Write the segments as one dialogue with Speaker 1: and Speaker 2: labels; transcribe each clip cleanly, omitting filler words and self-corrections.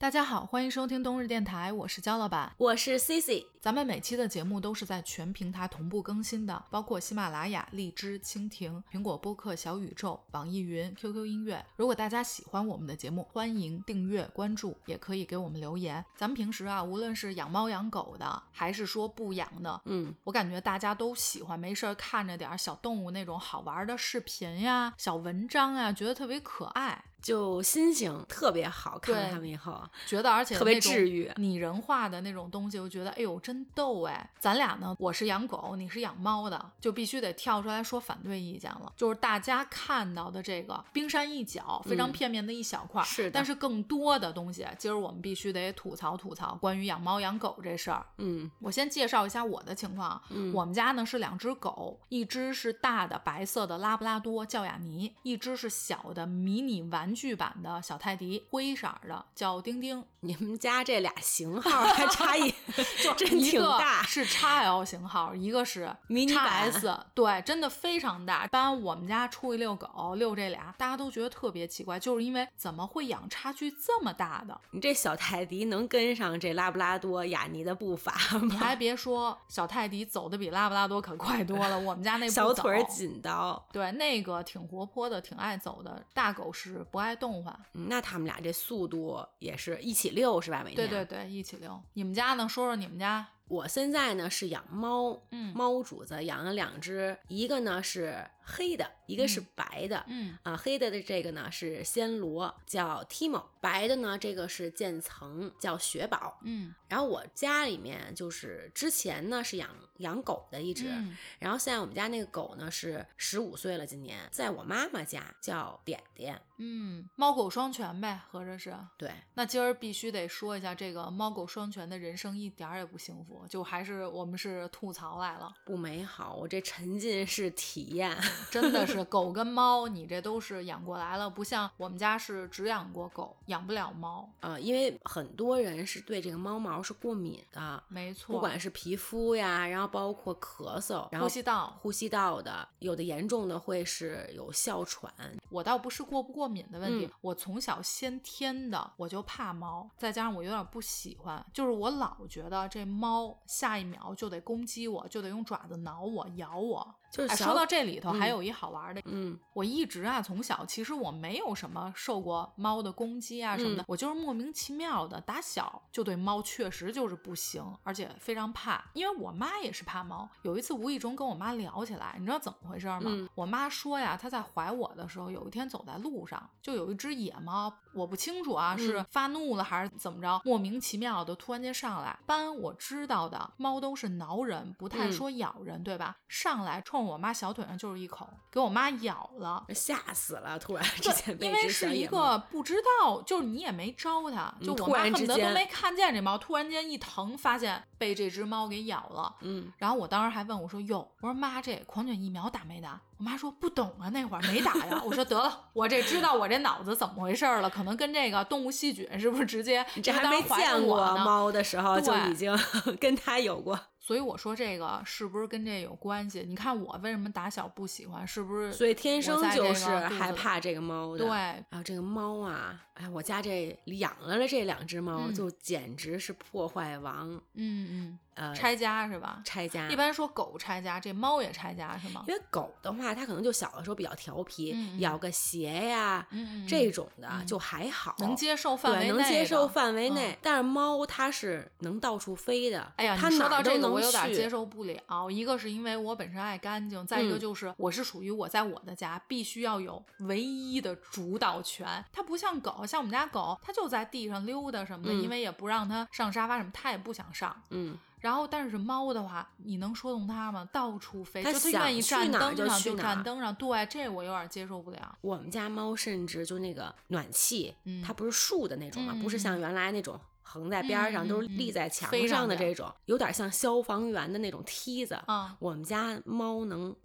Speaker 1: 大家好，欢迎收听冬日电台，我是焦老板，
Speaker 2: 我是 Cici。
Speaker 1: 咱们每期的节目都是在全平台同步更新的，包括喜马拉雅、荔枝、蜻蜓、苹果播客、小宇宙、网易云、QQ 音乐。如果大家喜欢我们的节目，欢迎订阅关注，也可以给我们留言。咱们平时啊，无论是养猫养狗的，还是说不养的，我感觉大家都喜欢没事看着点小动物那种好玩的视频呀、小文章呀，觉得特别可爱，
Speaker 2: 就心情特别好，看了他们以后
Speaker 1: 觉得而且
Speaker 2: 特别治愈，
Speaker 1: 拟人化的那种东西，我觉得哎呦真逗哎。咱俩呢，我是养狗，你是养猫的，就必须得跳出来说反对意见了。就是大家看到的这个冰山一角，非常片面的一小块，
Speaker 2: 是的。
Speaker 1: 但是更多的东西，今儿我们必须得吐槽吐槽关于养猫养狗这事儿。我先介绍一下我的情况。我们家呢是2只狗，一只是大的白色的拉布拉多叫雅尼，一只是小的迷你玩具版的小泰迪，灰色的叫丁丁。
Speaker 2: 你们家这俩型号还差异就真挺大，
Speaker 1: 是 XL 型号，一个是
Speaker 2: 迷你版
Speaker 1: XS， 对，真的非常大。一般我们家出去遛狗遛这俩，大家都觉得特别奇怪，就是因为怎么会养差距这么大的？
Speaker 2: 你这小泰迪能跟上这拉布拉多雅尼的步伐吗？
Speaker 1: 你还别说，小泰迪走的比拉布拉多可快多了。我们家那
Speaker 2: 小腿紧刀，
Speaker 1: 对，那个挺活泼的，挺爱走的。大狗是不爱动唤。
Speaker 2: 那他们俩这速度也是一起遛是吧？每天
Speaker 1: 对对对，一起遛。你们家呢？说说你们家。
Speaker 2: 我现在呢是养猫，猫主子养了2只，一个呢是黑的，一个是白的，黑的这个呢是暹罗，叫 Timo， 白的呢这个是渐层，叫雪宝，然后我家里面就是之前呢是养狗的一只，然后现在我们家那个狗呢是15岁了，今年在我妈妈家叫点点，
Speaker 1: 猫狗双全呗，合着是。
Speaker 2: 对，
Speaker 1: 那今儿必须得说一下这个猫狗双全的人生一点也不幸福。就还是我们是吐槽来了，
Speaker 2: 不美好，我这沉浸式体验
Speaker 1: 真的是狗跟猫你这都是养过来了，不像我们家是只养过狗，养不了猫
Speaker 2: 因为很多人是对这个猫毛是过敏的，
Speaker 1: 没错，
Speaker 2: 不管是皮肤呀，然后包括咳嗽，然后呼吸道的，有的严重的会是有哮喘。
Speaker 1: 我倒不是过不过敏的问题，我从小先天的我就怕猫，再加上我有点不喜欢，就是我老觉得这猫下一秒就得攻击我，就得用爪子挠我咬我。
Speaker 2: 就是
Speaker 1: 说到这里头还有一好玩的，我一直啊从小其实我没有什么受过猫的攻击啊什么的，我就是莫名其妙的打小就对猫确实就是不行，而且非常怕，因为我妈也是怕猫。有一次无意中跟我妈聊起来，你知道怎么回事吗？我妈说呀，她在怀我的时候，有一天走在路上，就有一只野猫，我不清楚啊是发怒了还是怎么着，莫名其妙的突然间上来。般我知道的猫都是挠人，不太说咬人，对吧？上来冲我妈小腿上就是一口，给我妈咬了，
Speaker 2: 吓死了！突然之间被
Speaker 1: 因为是一个不知道，就是你也没招它，就我妈恨不得都没看见这猫，突然间一疼，发现被这只猫给咬了。然后我当时还问我说：“哟，我说妈，这狂犬疫苗打没打？”我妈说不懂啊，那会儿没打呀。我说得了，我这知道我这脑子怎么回事了，可能跟这个动物细菌是不是直接？
Speaker 2: 你这还没见过猫的时候就已经跟它有过。
Speaker 1: 所以我说这个是不是跟这有关系？你看我为什么打小不喜欢，是不是？
Speaker 2: 所以天生就是害怕这个猫的。
Speaker 1: 对
Speaker 2: 啊，这个猫啊，哎，我家这养了这2只猫，就简直是破坏王。
Speaker 1: 拆家是吧？
Speaker 2: 拆家。
Speaker 1: 一般说狗拆家，这猫也拆家是吗？
Speaker 2: 因为狗的话，它可能就小的时候比较调皮，咬个鞋呀，这种的就还好，
Speaker 1: 能接受范围内，
Speaker 2: 能接受范围内。但是猫它是能到处飞的。
Speaker 1: 哎呀，你说到这个我有点接受不了。一个是因为我本身爱干净，再一个就是我是属于我在我的家必须要有唯一的主导权。它不像狗，像我们家狗，它就在地上溜达什么的，因为也不让它上沙发什么，它也不想上。然后但是猫的话，你能说动它吗？到处飞，就它愿意站灯上就站灯上。对，这我有点接受不了。
Speaker 2: 我们家猫甚至就那个暖气，它不是竖的那种嘛，不是像原来那种横在边上，都是立在墙上的这种，有点像消防员的那种梯子。我们家猫能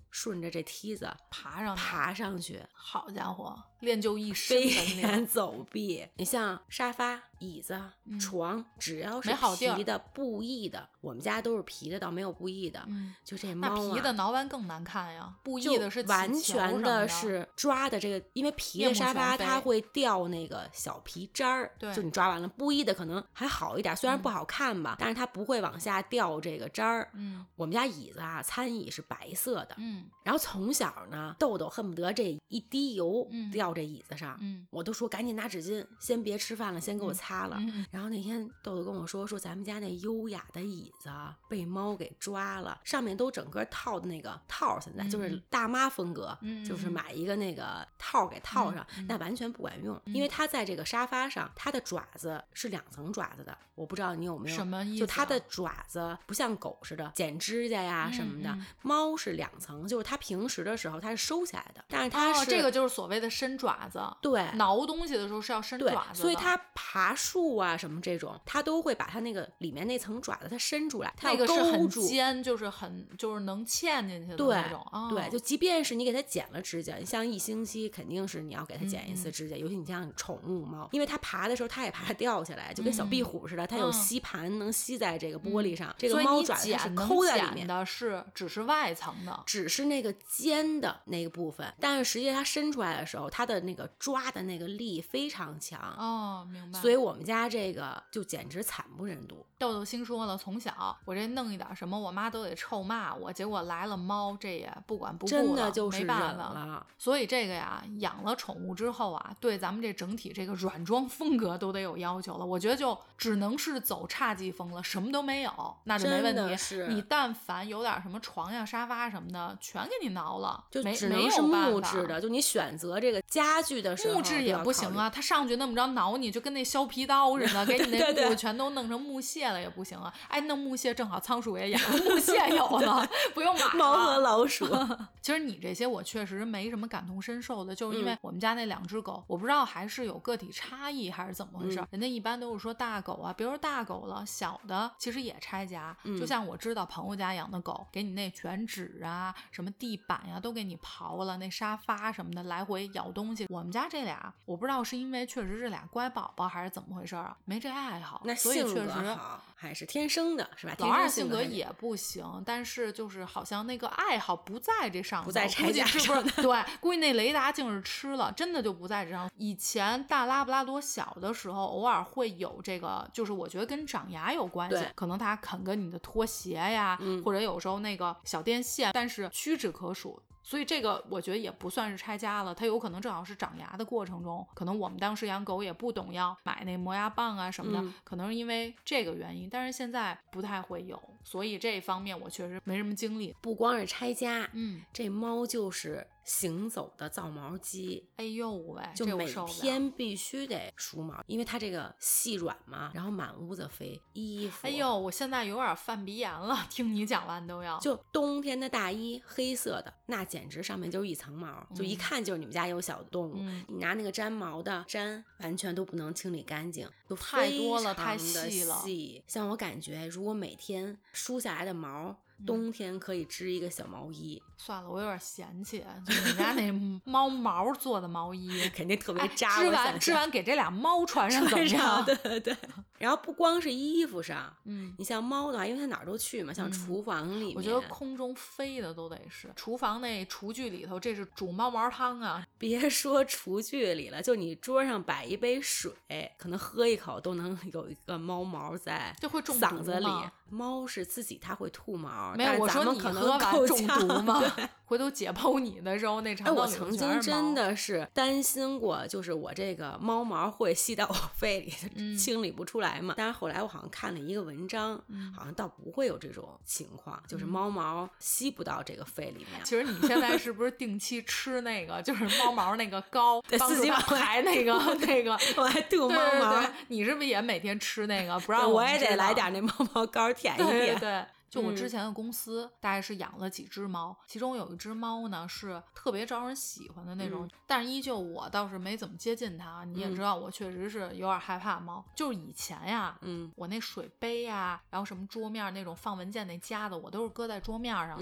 Speaker 2: 顺着这梯子爬上去。
Speaker 1: 好家伙，练就一身
Speaker 2: 飞檐走壁。你像沙发、椅子、床，只要是皮的、布艺的，我们家都是皮的，倒没有布艺的。就这猫
Speaker 1: 那皮的挠完更难看呀，布艺的是
Speaker 2: 完全的是抓的这个，因为皮的沙发它会掉那个小皮渣儿，就你抓完了。布艺的可能还好一点，虽然不好看吧，但是它不会往下掉这个渣儿。我们家椅子啊，餐椅是白色的。然后从小呢，豆豆恨不得这一滴油掉这椅子上，我都说赶紧拿纸巾，先别吃饭了，先给我擦了。然后那天豆豆跟我说咱们家那优雅的椅子被猫给抓了，上面都整个套的那个套，现在就是大妈风格，就是买一个那个套给套上，那完全不管用，因为它在这个沙发上，它的爪子是2层爪子的，我不知道你有没有
Speaker 1: 什么意思？
Speaker 2: 就它的爪子不像狗似的剪指甲呀什么的，猫是2层，就是它平时的时候它是收起来的，但是它是
Speaker 1: 这个就是所谓的伸爪子，
Speaker 2: 对，
Speaker 1: 挠东西的时候是要伸爪子的，
Speaker 2: 所以它爬树啊什么这种，它都会把它那个里面那层爪子它伸出来，它要勾住，
Speaker 1: 那个是很尖，就是能嵌进去的那种。
Speaker 2: 对，就即便是你给它剪了指甲，像1星期肯定是你要给它剪一次指甲，尤其你像宠物猫，因为它爬的时候它也怕掉下来，就跟小壁虎似的，它有吸盘能吸在这个玻璃上，这个猫爪子是抠在里面
Speaker 1: 的，只是外层的，
Speaker 2: 只是那个尖的那个部分，但是实际它伸出来的时候，它的那个抓的那个力非常强。
Speaker 1: 明白。
Speaker 2: 所以我们家这个就简直惨不忍睹。
Speaker 1: 豆豆心说了，从小我这弄一点什么，我妈都得臭骂我，结果来了猫，这也不管不顾了，
Speaker 2: 真的就是
Speaker 1: 没办法了。所以这个呀，养了宠物之后啊，对咱们这整体这个软装风格都得有要求了。我觉得就只能是走侘寂风了，什么都没有，那就没问题。你但凡有点什么床呀、沙发什么的，全给你挠了，
Speaker 2: 就只能是木质的。就你选择这个家具的时候，
Speaker 1: 木质也不行啊，它上去那么着挠你，就跟那削皮刀似的，给你那木全都弄成木屑了也不行啊。哎，弄木屑正好仓鼠也养，木屑有了，不用买了。
Speaker 2: 猫和老鼠。
Speaker 1: 其实你这些我确实没什么感同身受的，就是因为我们家那2只狗，我不知道还是有个体差异还是怎么回事。人家一般都是说大狗啊，比如说大狗了，小的其实也拆家。就像我知道朋友家养的狗，给你那卷纸啊、什么地板呀、都给你刨了，那沙发什么的来回咬东西。我们家这俩，我不知道是因为确实是俩乖宝宝还是怎么回事啊，没这爱好。
Speaker 2: 那
Speaker 1: 所以确实
Speaker 2: 好还是天生的，是吧？
Speaker 1: 老二性格也不行，但是就是好像那个爱好不在这上头，
Speaker 2: 不在拆家上。
Speaker 1: 对，估计那雷达竟是吃了，真的就不在这上。以前大拉布拉多小的时候，偶尔会有这个，就是我觉得跟长牙有关系，可能它啃个你的拖鞋呀，或者有时候那个小电线，但是屈指可数。所以这个我觉得也不算是拆家了，它有可能正好是长牙的过程中，可能我们当时养狗也不懂要买那磨牙棒啊什么的，可能是因为这个原因，但是现在不太会有，所以这一方面我确实没什么经历。
Speaker 2: 不光是拆家，这猫就是行走的造毛机。
Speaker 1: 哎呦喂，
Speaker 2: 就每天必须得梳毛，因为它这个细软嘛，然后满屋子飞，衣服。
Speaker 1: 哎呦，我现在有点犯鼻炎了，听你讲完都要。
Speaker 2: 就冬天的大衣，黑色的，那简直上面就是一层毛，就一看就是你们家有小动物。你拿那个粘毛的粘，完全都不能清理干净，都
Speaker 1: 太多了，太
Speaker 2: 细
Speaker 1: 了。
Speaker 2: 像我感觉，如果每天梳下来的毛，冬天可以织一个小毛衣。
Speaker 1: 算了，我有点嫌弃，就你家那猫毛做的毛衣，
Speaker 2: 肯定特别扎。
Speaker 1: 织完给这俩猫穿上怎么样？
Speaker 2: 对。然后不光是衣服上，你像猫的话，因为它哪儿都去嘛，像厨房里面，
Speaker 1: 我觉得空中飞的都得是。厨房那厨具里头，这是煮猫毛汤啊！
Speaker 2: 别说厨具里了，就你桌上摆一杯水，可能喝一口都能有一个猫毛在嗓子里。猫是自己它会吐毛，
Speaker 1: 没有我说你喝完中毒吗？回头解剖你的时候那肠道里全是毛。
Speaker 2: 我曾经真的是担心过，就是我这个猫毛会吸到我肺里，清理不出来嘛。但是后来我好像看了一个文章，好像倒不会有这种情况，就是猫毛吸不到这个肺里面。
Speaker 1: 其实你现在是不是定期吃那个就是猫毛那个膏，帮助它排那个
Speaker 2: 我还吐猫毛。
Speaker 1: 对，你是不是也每天吃那个？不让
Speaker 2: 我也得来点那猫毛膏舔一舔。
Speaker 1: 对。就我之前的公司，大概是养了几只猫，其中有一只猫呢是特别招人喜欢的那种，但是依旧我倒是没怎么接近它。你也知道，我确实是有点害怕猫。就是以前呀，我那水杯呀，然后什么桌面那种放文件那夹子，我都是搁在桌面上的。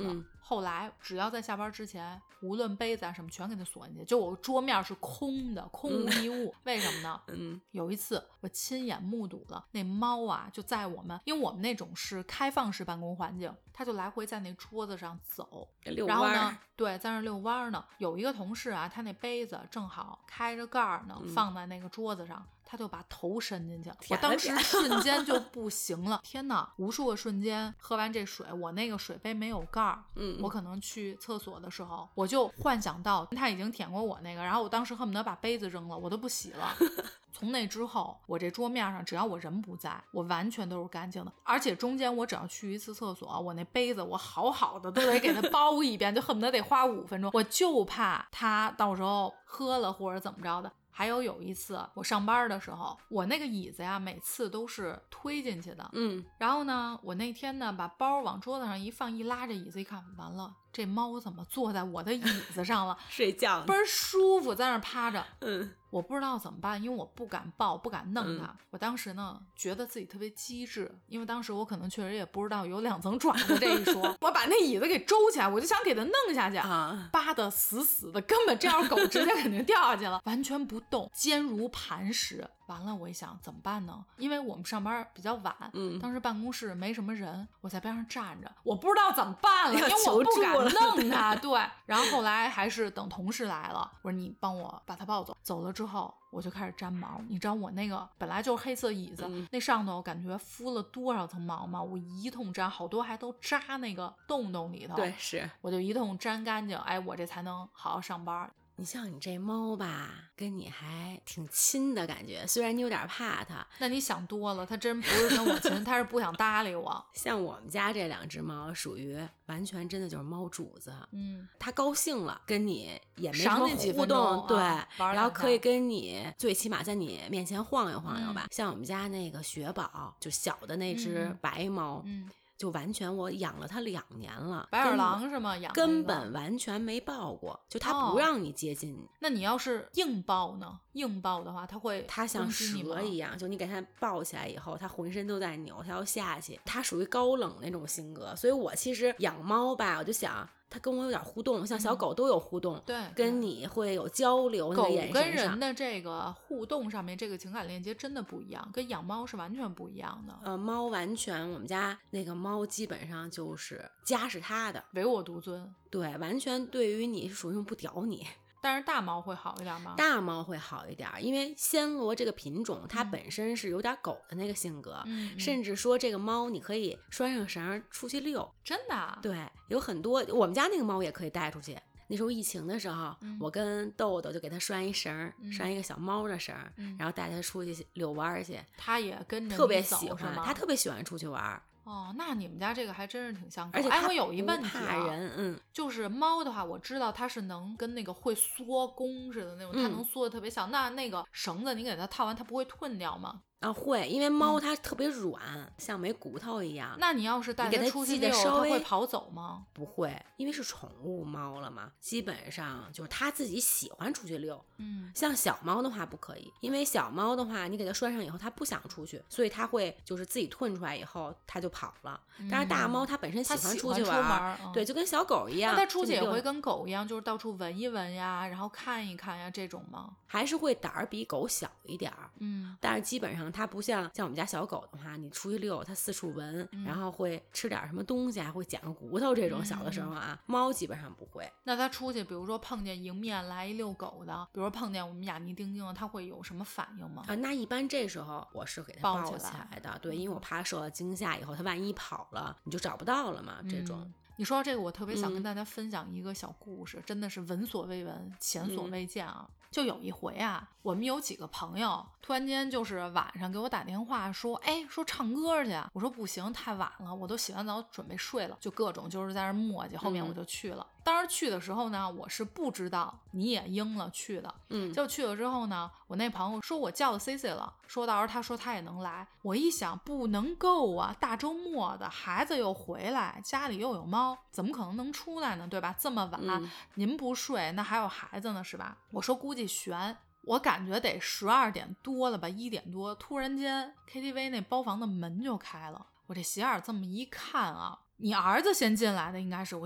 Speaker 1: 后来只要在下班之前，无论杯子啊什么全给它锁进去，就我桌面是空的，空无一物。为什么呢？有一次我亲眼目睹了那猫啊，就在我们，因为我们那种是开放式办公环境，它就来回在那桌子上走，然后呢，对，在那遛弯呢。有一个同事啊，他那杯子正好开着盖儿呢，放在那个桌子上，他就把头伸进去，我当时瞬间就不行了，天哪！无数个瞬间，喝完这水，我那个水杯没有盖儿，我可能去厕所的时候，我就幻想到他已经舔过我那个，然后我当时恨不得把杯子扔了，我都不洗了。从那之后，我这桌面上只要我人不在，我完全都是干净的，而且中间我只要去一次厕所，我那杯子我好好的都得给它包一遍，就恨不得得花5分钟，我就怕他到时候喝了或者怎么着的。还有一次我上班的时候，我那个椅子呀每次都是推进去的，然后呢我那天呢把包往桌子上一放，一拉着椅子一看，完了，这猫怎么坐在我的椅子上了
Speaker 2: 睡觉
Speaker 1: 倍儿舒服，在那儿趴着。我不知道怎么办，因为我不敢抱，不敢弄它。我当时呢觉得自己特别机智，因为当时我可能确实也不知道有2层爪子这一说，我把那椅子给周起来，我就想给它弄下去，扒得死死的，根本这样狗直接肯定掉下去了，完全不动，坚如磐石。完了，我一想怎么办呢？因为我们上班比较晚，当时办公室没什么人，我在边上站着，我不知道怎么办了，因为我不敢弄它。对，然后后来还是等同事来了，我说你帮我把它抱走。走了之后，我就开始粘毛。你知道我那个本来就是黑色椅子，那上头感觉敷了多少层毛吗？我一通粘，好多还都扎那个洞洞里头。
Speaker 2: 对，是，
Speaker 1: 我就一通粘干净，哎，我这才能好好上班。
Speaker 2: 你像你这猫吧，跟你还挺亲的感觉，虽然你有点怕它。
Speaker 1: 那你想多了，它真不是跟我亲，它是不想搭理我。
Speaker 2: 像我们家这2只猫，属于完全真的就是猫主子。它高兴了，跟你也没什么互动，对，然后可以跟你最起码在你面前晃悠晃悠吧。像我们家那个雪宝，就小的那只白猫。就完全我养了它2年了，
Speaker 1: 白眼狼是吗？养
Speaker 2: 根本完全没抱过，就它不让你接近你。
Speaker 1: 那你要是硬抱呢？硬抱的话，它
Speaker 2: 像蛇一样，就你给它抱起来以后，它浑身都在扭，它要下去。它属于高冷那种性格，所以我其实养猫吧，我就想它跟我有点互动，像小狗都有互动，
Speaker 1: 对，
Speaker 2: 跟你会有交流。
Speaker 1: 狗跟人的这个互动上面，这个情感链接真的不一样，跟养猫是完全不一样的。
Speaker 2: 猫完全，我们家那个猫基本上就是家是它的，
Speaker 1: 唯我独尊。
Speaker 2: 对，完全对于你是属于不屌你。
Speaker 1: 但是大猫会好一点吗？
Speaker 2: 大猫会好一点，因为暹罗这个品种它本身是有点狗的那个性格，甚至说这个猫你可以拴上绳出去遛。
Speaker 1: 真的？
Speaker 2: 对，有很多，我们家那个猫也可以带出去。那时候疫情的时候，我跟豆豆就给它拴一绳，拴一个小猫的绳，然后带它出去遛弯去。
Speaker 1: 它也跟着
Speaker 2: 特别喜欢，它特别喜欢出去玩。
Speaker 1: 哦，那你们家这个还真是挺像狗。
Speaker 2: 而且
Speaker 1: 我有一问题
Speaker 2: 怕人，
Speaker 1: 就是猫的话，我知道它是能跟那个会缩弓似的那种，它能缩的特别小。那个绳子你给它套完，它不会褪掉吗？
Speaker 2: 会，因为猫它特别软，像没骨头一样。
Speaker 1: 那你要是带它出去遛，它会跑走吗？
Speaker 2: 不会，因为是宠物猫了嘛，基本上就是它自己喜欢出去遛。像小猫的话不可以，因为小猫的话，你给它拴上以后，它不想出去，所以它会就是自己褪出来以后，它就跑了。但是大猫它本身喜欢出去玩，对，就跟小狗一样。
Speaker 1: 那它出去也会跟狗一样，就是到处闻一闻呀，然后看一看呀，这种吗？
Speaker 2: 还是会胆儿比狗小一点儿。但是基本上它不像我们家小狗的话，你出去遛，它四处闻，然后会吃点什么东西，还会捡个骨头这种。小的时候啊，猫基本上不会。
Speaker 1: 那它出去，比如说碰见迎面来一遛狗的，比如说碰见我们雅尼丁丁，它会有什么反应吗？
Speaker 2: 那一般这时候我是给它抱起来的，对，因为我怕受到惊吓以后，它万一跑了，你就找不到了嘛，这种。
Speaker 1: 你说到这个，我特别想跟大家分享一个小故事，真的是闻所未闻，前所未见啊。就有一回啊，我们有几个朋友突然间就是晚上给我打电话说，说唱歌去。我说不行，太晚了，我都洗完澡准备睡了，就各种就是在那磨叽，后面我就去了。当时去的时候呢，我是不知道你也应了去的，就去了之后呢，我那朋友说我叫了 CC 了，说到时候他说他也能来。我一想不能够啊，大周末的孩子又回来，家里又有猫，怎么可能能出来呢，对吧？这么晚，您不睡，那还有孩子呢，是吧？我说估计悬，我感觉得12点多了吧，1点多，突然间 KTV 那包房的门就开了，我这斜眼这么一看啊，你儿子先进来的应该是，我一看，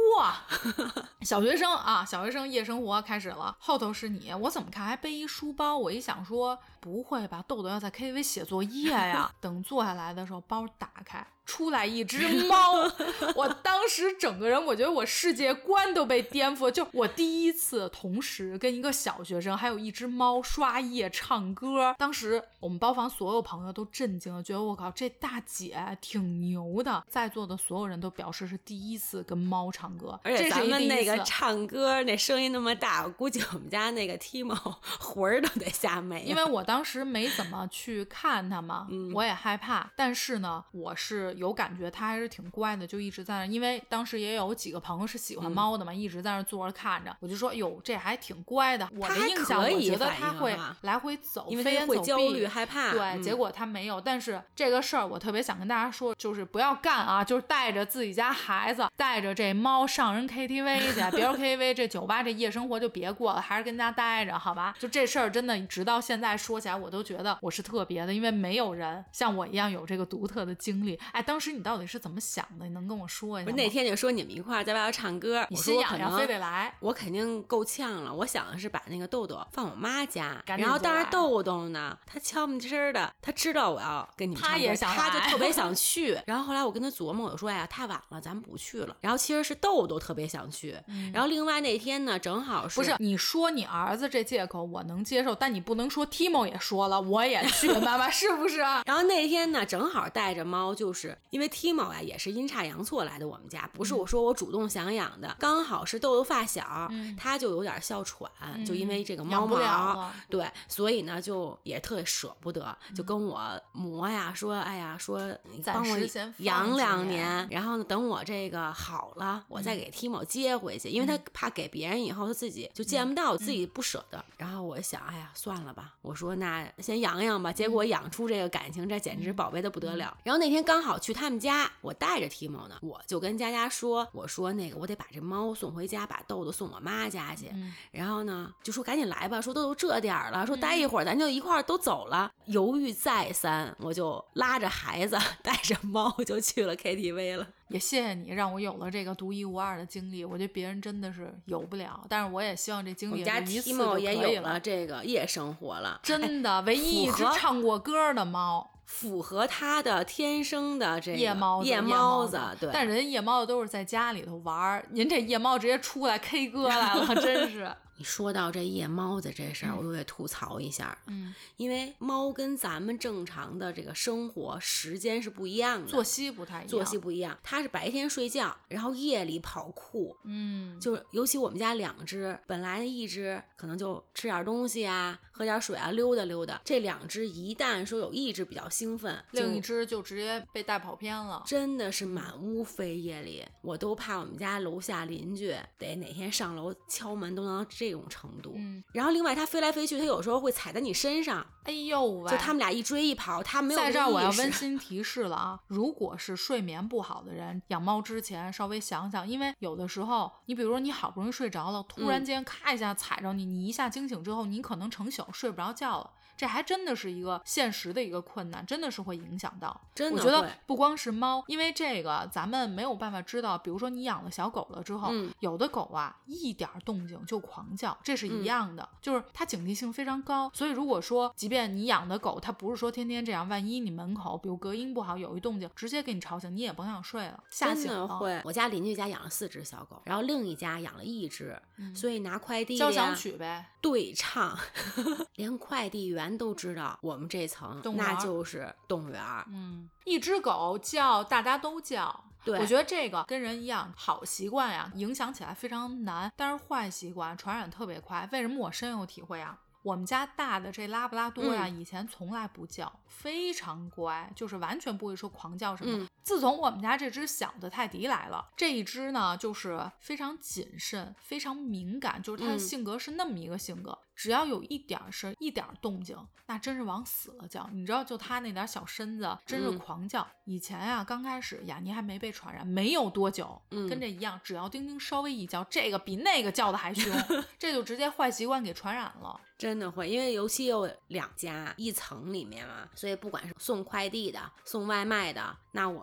Speaker 1: 哇，小学生啊，小学生夜生活开始了，后头是你，我怎么看还背一书包，我一想说不会吧，豆豆要在 KTV 写作业呀，等坐下来的时候包打开，出来一只猫，我当时整个人我觉得我世界观都被颠覆，就我第一次同时跟一个小学生还有一只猫刷夜唱歌，当时我们包房所有朋友都震惊了，觉得我靠这大姐挺牛的，在座的所有人都表示是第一次跟猫唱歌，
Speaker 2: 而且咱们那个唱歌那声音那么大，我估计我们家那个 Timo 魂儿都得吓没了，
Speaker 1: 因为我当时没怎么去看他嘛，我也害怕，但是呢我是有感觉他还是挺乖的，就一直在那，因为当时也有几个朋友是喜欢猫的嘛，一直在那坐着看着，我就说哟这还挺乖的，我的印象我觉得他会来回走，
Speaker 2: 因为他会焦虑害怕，
Speaker 1: 对，结果他没有，但是这个事儿我特别想跟大家说，就是不要干啊，就是带着自己家孩子带着这猫上人 KTV 去，别说 KTV 这酒吧这夜生活就别过了，还是跟家待着好吧，就这事儿真的直到现在说起来我都觉得我是特别的，因为没有人像我一样有这个独特的经历。哎，当时你到底是怎么想的？你能跟我说一下吗？
Speaker 2: 那天就说你们一块儿在外头唱歌，
Speaker 1: 你心痒痒非得来，
Speaker 2: 我肯定够呛了。我想的是把那个豆豆放我妈家，然后当然豆豆呢，他悄没声的，他知道我要跟你们唱歌，
Speaker 1: 他也想来，
Speaker 2: 他就特别想去。然后后来我跟他琢磨，我说哎呀太晚了，咱们不去了。然后其实是豆豆特别想去，然后另外那天呢，正好是
Speaker 1: 不是你说你儿子这借口我能接受，但你不能说 Timo 也说了我也去，妈妈是不是？
Speaker 2: 然后那天呢，正好带着猫，就是因为 Timo 啊也是阴差阳错来的我们家，不是我说我主动想养的，刚好是豆豆发小，他就有点哮喘，就因为这个猫毛，对，所以呢就也特别舍不得，就跟我磨呀，说哎呀，说你帮我养2年，然后呢等我这个好了，我再给 Timo 接回去，因为他怕给别人以后他自己就见不到，自己不舍得。然后我想，哎呀，算了吧，我说那先养养吧。结果养出这个感情，这简直宝贝的不得了。然后那天刚好去他们家，我带着 Timo 呢，我就跟佳佳说，我说那个我得把这猫送回家，把豆豆送我妈家去。然后呢就说赶紧来吧，说都这点了，说待一会儿咱就一块儿都走了。犹豫再三，我就拉着孩子带着猫就去了 KTV 了。
Speaker 1: 也谢谢你让我有了这个独一无二的经历，我觉得别人真的是有不了，但是我也希望这经历一次就可以了。
Speaker 2: 也有了这个夜生活了，
Speaker 1: 真的，唯一一只唱过歌的猫，
Speaker 2: 符合它的天生的这个
Speaker 1: 夜猫子，
Speaker 2: 对。
Speaker 1: 但人夜猫子都是在家里头玩，您这夜猫直接出来 K 歌来了，真是。
Speaker 2: 你说到这夜猫子这事儿，我也吐槽一下，因为猫跟咱们正常的这个生活时间是不一样的，
Speaker 1: 作息不太一样，
Speaker 2: 它是白天睡觉，然后夜里跑酷，就是尤其我们家2只，本来一只可能就吃点东西啊，喝点水啊，溜达溜达，这2只一旦说有一只比较兴奋，
Speaker 1: 另一只就直接被带跑偏了，
Speaker 2: 真的是满屋飞，夜里我都怕我们家楼下邻居得哪天上楼敲门都能这种程度。然后另外它飞来飞去，它有时候会踩在你身上，
Speaker 1: 哎呦喂，
Speaker 2: 就他们俩一追一跑，它没有在
Speaker 1: 这儿我要温馨提示了啊，如果是睡眠不好的人，养猫之前稍微想想，因为有的时候你比如说你好不容易睡着了，突然间咔一下踩着你，你一下惊醒之后，你可能成宿睡不着觉了，这还真的是一个现实的一个困难，真的是会影响到。
Speaker 2: 真的
Speaker 1: 我觉得不光是猫，因为这个咱们没有办法知道，比如说你养了小狗了之后，有的狗啊一点动静就狂叫，这是一样的，就是它警惕性非常高。所以如果说即便你养的狗它不是说天天这样，万一你门口比如隔音不好有一动静，直接给你吵醒，你也甭想睡了，吓醒了。
Speaker 2: 真的会。我家邻居家养了4只小狗，然后另一家养了1只，所以拿快递
Speaker 1: 交响曲呗，
Speaker 2: 对唱连快递员都知道我们这层那就是动物园。
Speaker 1: 一只狗叫大家都叫。
Speaker 2: 对，
Speaker 1: 我觉得这个跟人一样，好习惯呀影响起来非常难，但是坏习惯传染特别快。为什么我深有体会啊？我们家大的这拉布拉多呀，以前从来不叫，非常乖，就是完全不会说狂叫什么。自从我们家这只小的泰迪来了，这一只呢就是非常谨慎，非常敏感，就是它的性格是那么一个性格，只要有一点声一点动静，那真是往死了叫。你知道就它那点小身子真是狂叫。以前啊刚开始雅尼还没被传染，没有多久，跟这一样，只要丁丁稍微一叫，这个比那个叫的还凶这就直接坏习惯给传染了。
Speaker 2: 真的会，因为尤其有2家一层里面嘛，所以不管是送快递的送外卖的，那我们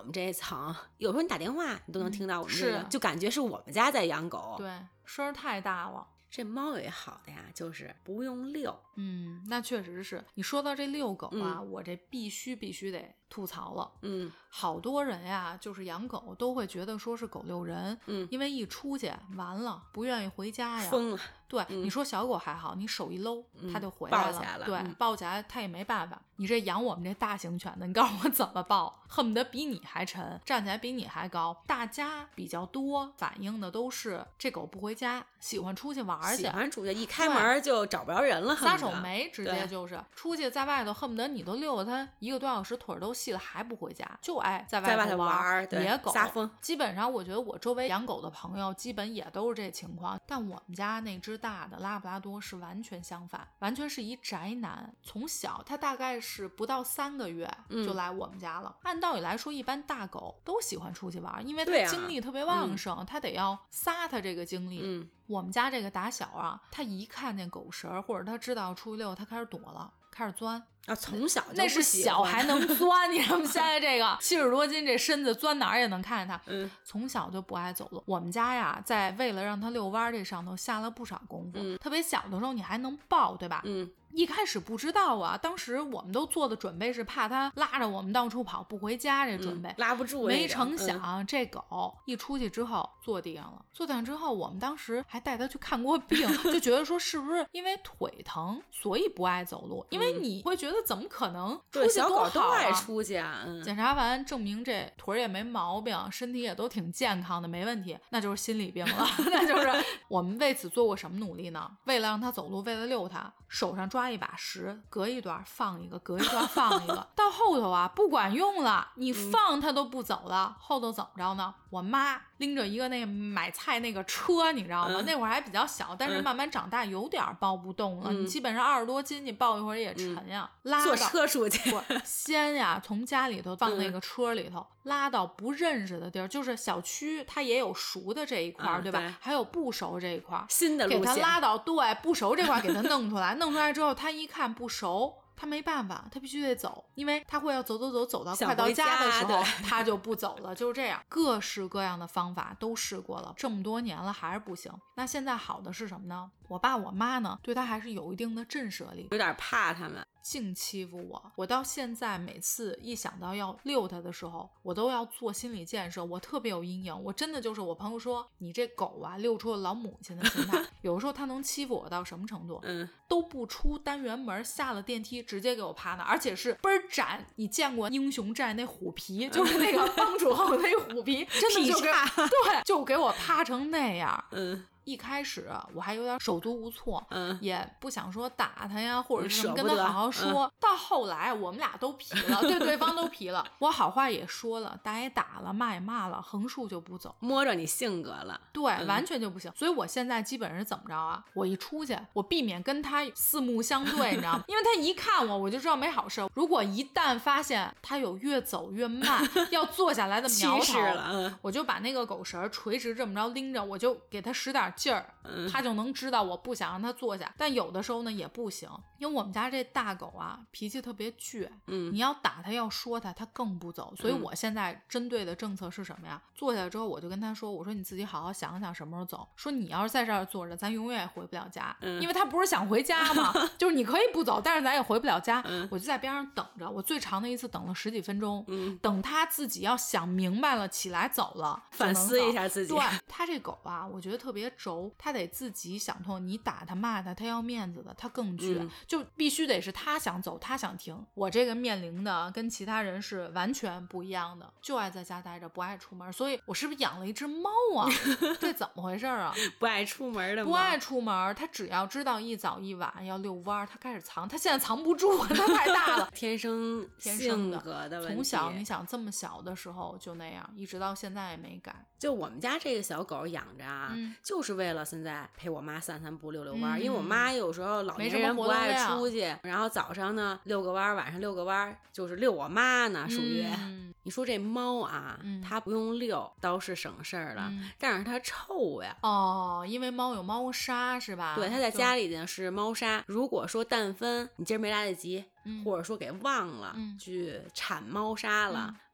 Speaker 2: 们这一层，有时候你打电话你都能听到我们这个，
Speaker 1: 是
Speaker 2: 就感觉是我们家在养狗。
Speaker 1: 对，声儿太大了。
Speaker 2: 这猫有一好的呀，就是不用遛。
Speaker 1: 那确实是。你说到这遛狗啊，我这必须得吐槽了。好多人呀，就是养狗都会觉得说是狗遛人。因为一出去完了不愿意回家呀，
Speaker 2: 疯了。
Speaker 1: 对，你说小狗还好，你手一搂它就回来了，
Speaker 2: 抱起来了。
Speaker 1: 对，抱起来它也没办法。你这养我们这大型犬的，你告诉我怎么抱？恨不得比你还沉，站起来比你还高。大家比较多反映的都是这狗不回家，喜欢出去玩去，
Speaker 2: 喜欢出去，一开门就找不着人了，
Speaker 1: 撒手没，直接就是出去在外头，恨不得你都遛了它1个多小时，腿都细了还不回家，就爱在外头玩野狗
Speaker 2: 撒疯。
Speaker 1: 基本上我觉得我周围养狗的朋友基本也都是这情况，但我们家那只大的拉布拉多是完全相反，完全是一宅男。从小他大概是不到3个月就来我们家了。按道理来说，一般大狗都喜欢出去玩，因为它精力特别旺盛，它得要撒它这个精力。我们家这个打小啊，他一看见狗食或者他知道出去遛，他开始躲了，开始钻
Speaker 2: 啊，从小就
Speaker 1: 那是小还能钻，你知道吗？现在这个70多斤这身子，钻哪儿也能看见他。从小就不爱走路。我们家呀，在为了让他遛弯这上头下了不少功夫。特别小的时候你还能抱，对吧？一开始不知道啊，当时我们都做的准备是怕他拉着我们到处跑不回家，这准备
Speaker 2: 拉不住。
Speaker 1: 没成想这狗一出去之后坐地上了，坐地上之后我们当时还带他去看过病，就觉得说是不是因为腿疼所以不爱走路，因为你会觉得怎么可能出去多好啊，
Speaker 2: 小狗都爱出去啊。
Speaker 1: 检查完证明这腿也没毛病，身体也都挺健康的，没问题，那就是心理病了。那就是我们为此做过什么努力呢？为了让他走路，为了遛他，手上抓一把石，隔一段放一个，隔一段放一个，到后头啊不管用了，你放他都不走了。后头怎么着呢？我妈拎着一个那个买菜那个车，你知道吗？那会儿还比较小，但是慢慢长大有点抱不动了。你基本上20多斤，你抱一会儿也沉呀。拉
Speaker 2: 坐车出去，
Speaker 1: 先呀从家里头放那个车里头，拉到不认识的地儿，就是小区它也有熟的这一块，对吧？还有不熟这一块，
Speaker 2: 新的路线
Speaker 1: 给他拉到不熟这块给他弄出来，弄出来之后他一看不熟。他没办法，他必须得走，因为他会要走到快到家的时候，他就不走了，就是这样。各式各样的方法都试过了，这么多年了还是不行。那现在好的是什么呢？我爸我妈呢，对他还是有一定的震慑力，
Speaker 2: 有点怕他们，
Speaker 1: 净欺负我。我到现在每次一想到要遛他的时候，我都要做心理建设，我特别有阴影。我真的就是我朋友说，你这狗啊，遛出了老母亲的心态。有的时候他能欺负我到什么程度？都不出单元门，下了电梯直接给我趴那，而且是倍儿展。你见过英雄寨那虎皮，就是那个帮主后那虎皮，真的就对，就给我趴成那样。一开始我还有点手足无措，也不想说打他呀，或者是跟他好好说。到后来我们俩都皮了，对对方都皮了。我好话也说了，打也打了，骂也骂了，横竖就不走，
Speaker 2: 摸着你性格了。
Speaker 1: 对，完全就不行。所以我现在基本是怎么着啊？我一出去，我避免跟他四目相对，你知道吗？因为他一看我就知道没好事。如果一旦发现他有越走越慢要坐下来的苗头
Speaker 2: 了，
Speaker 1: 我就把那个狗绳垂直这么着拎着，我就给他使点劲儿，他就能知道我不想让他坐下。但有的时候呢也不行，因为我们家这大狗啊脾气特别倔，你要打他要说他更不走。所以我现在针对的政策是什么呀？坐下来之后我就跟他说，我说你自己好好想想什么时候走，说你要是在这儿坐着咱永远也回不了家，因为他不是想回家吗？就是你可以不走，但是咱也回不了家。我就在边上等着，我最长的一次等了10几分钟，等他自己要想明白了起来走了，
Speaker 2: 反思一下自己。
Speaker 1: 对，他这狗啊我觉得特别轴，他得自己想通，你打他骂他，他要面子的，他更倔，就必须得是他想走他想停。我这个面临的跟其他人是完全不一样的，就爱在家待着不爱出门。所以我是不是养了一只猫啊？这怎么回事啊？
Speaker 2: 不爱出门的猫，
Speaker 1: 不爱出门，他只要知道一早一晚要遛弯，他开始藏，他现在藏不住，他太大了。
Speaker 2: 天生性格的问题，
Speaker 1: 从小你想这么小的时候就那样，一直到现在也没改。
Speaker 2: 就我们家这个小狗养着啊，就是为了现在陪我妈散散步溜溜弯，因为我妈有时候老年人不爱出去，然后早上呢遛个弯，晚上遛个弯，就是遛我妈呢属于。你说这猫啊，它不用遛倒是省事儿了，但是它臭呀。
Speaker 1: 哦，因为猫有猫砂是吧？
Speaker 2: 对，它在家里呢是猫砂。如果说但分你今儿没来得及，或者说给忘了去铲猫砂了，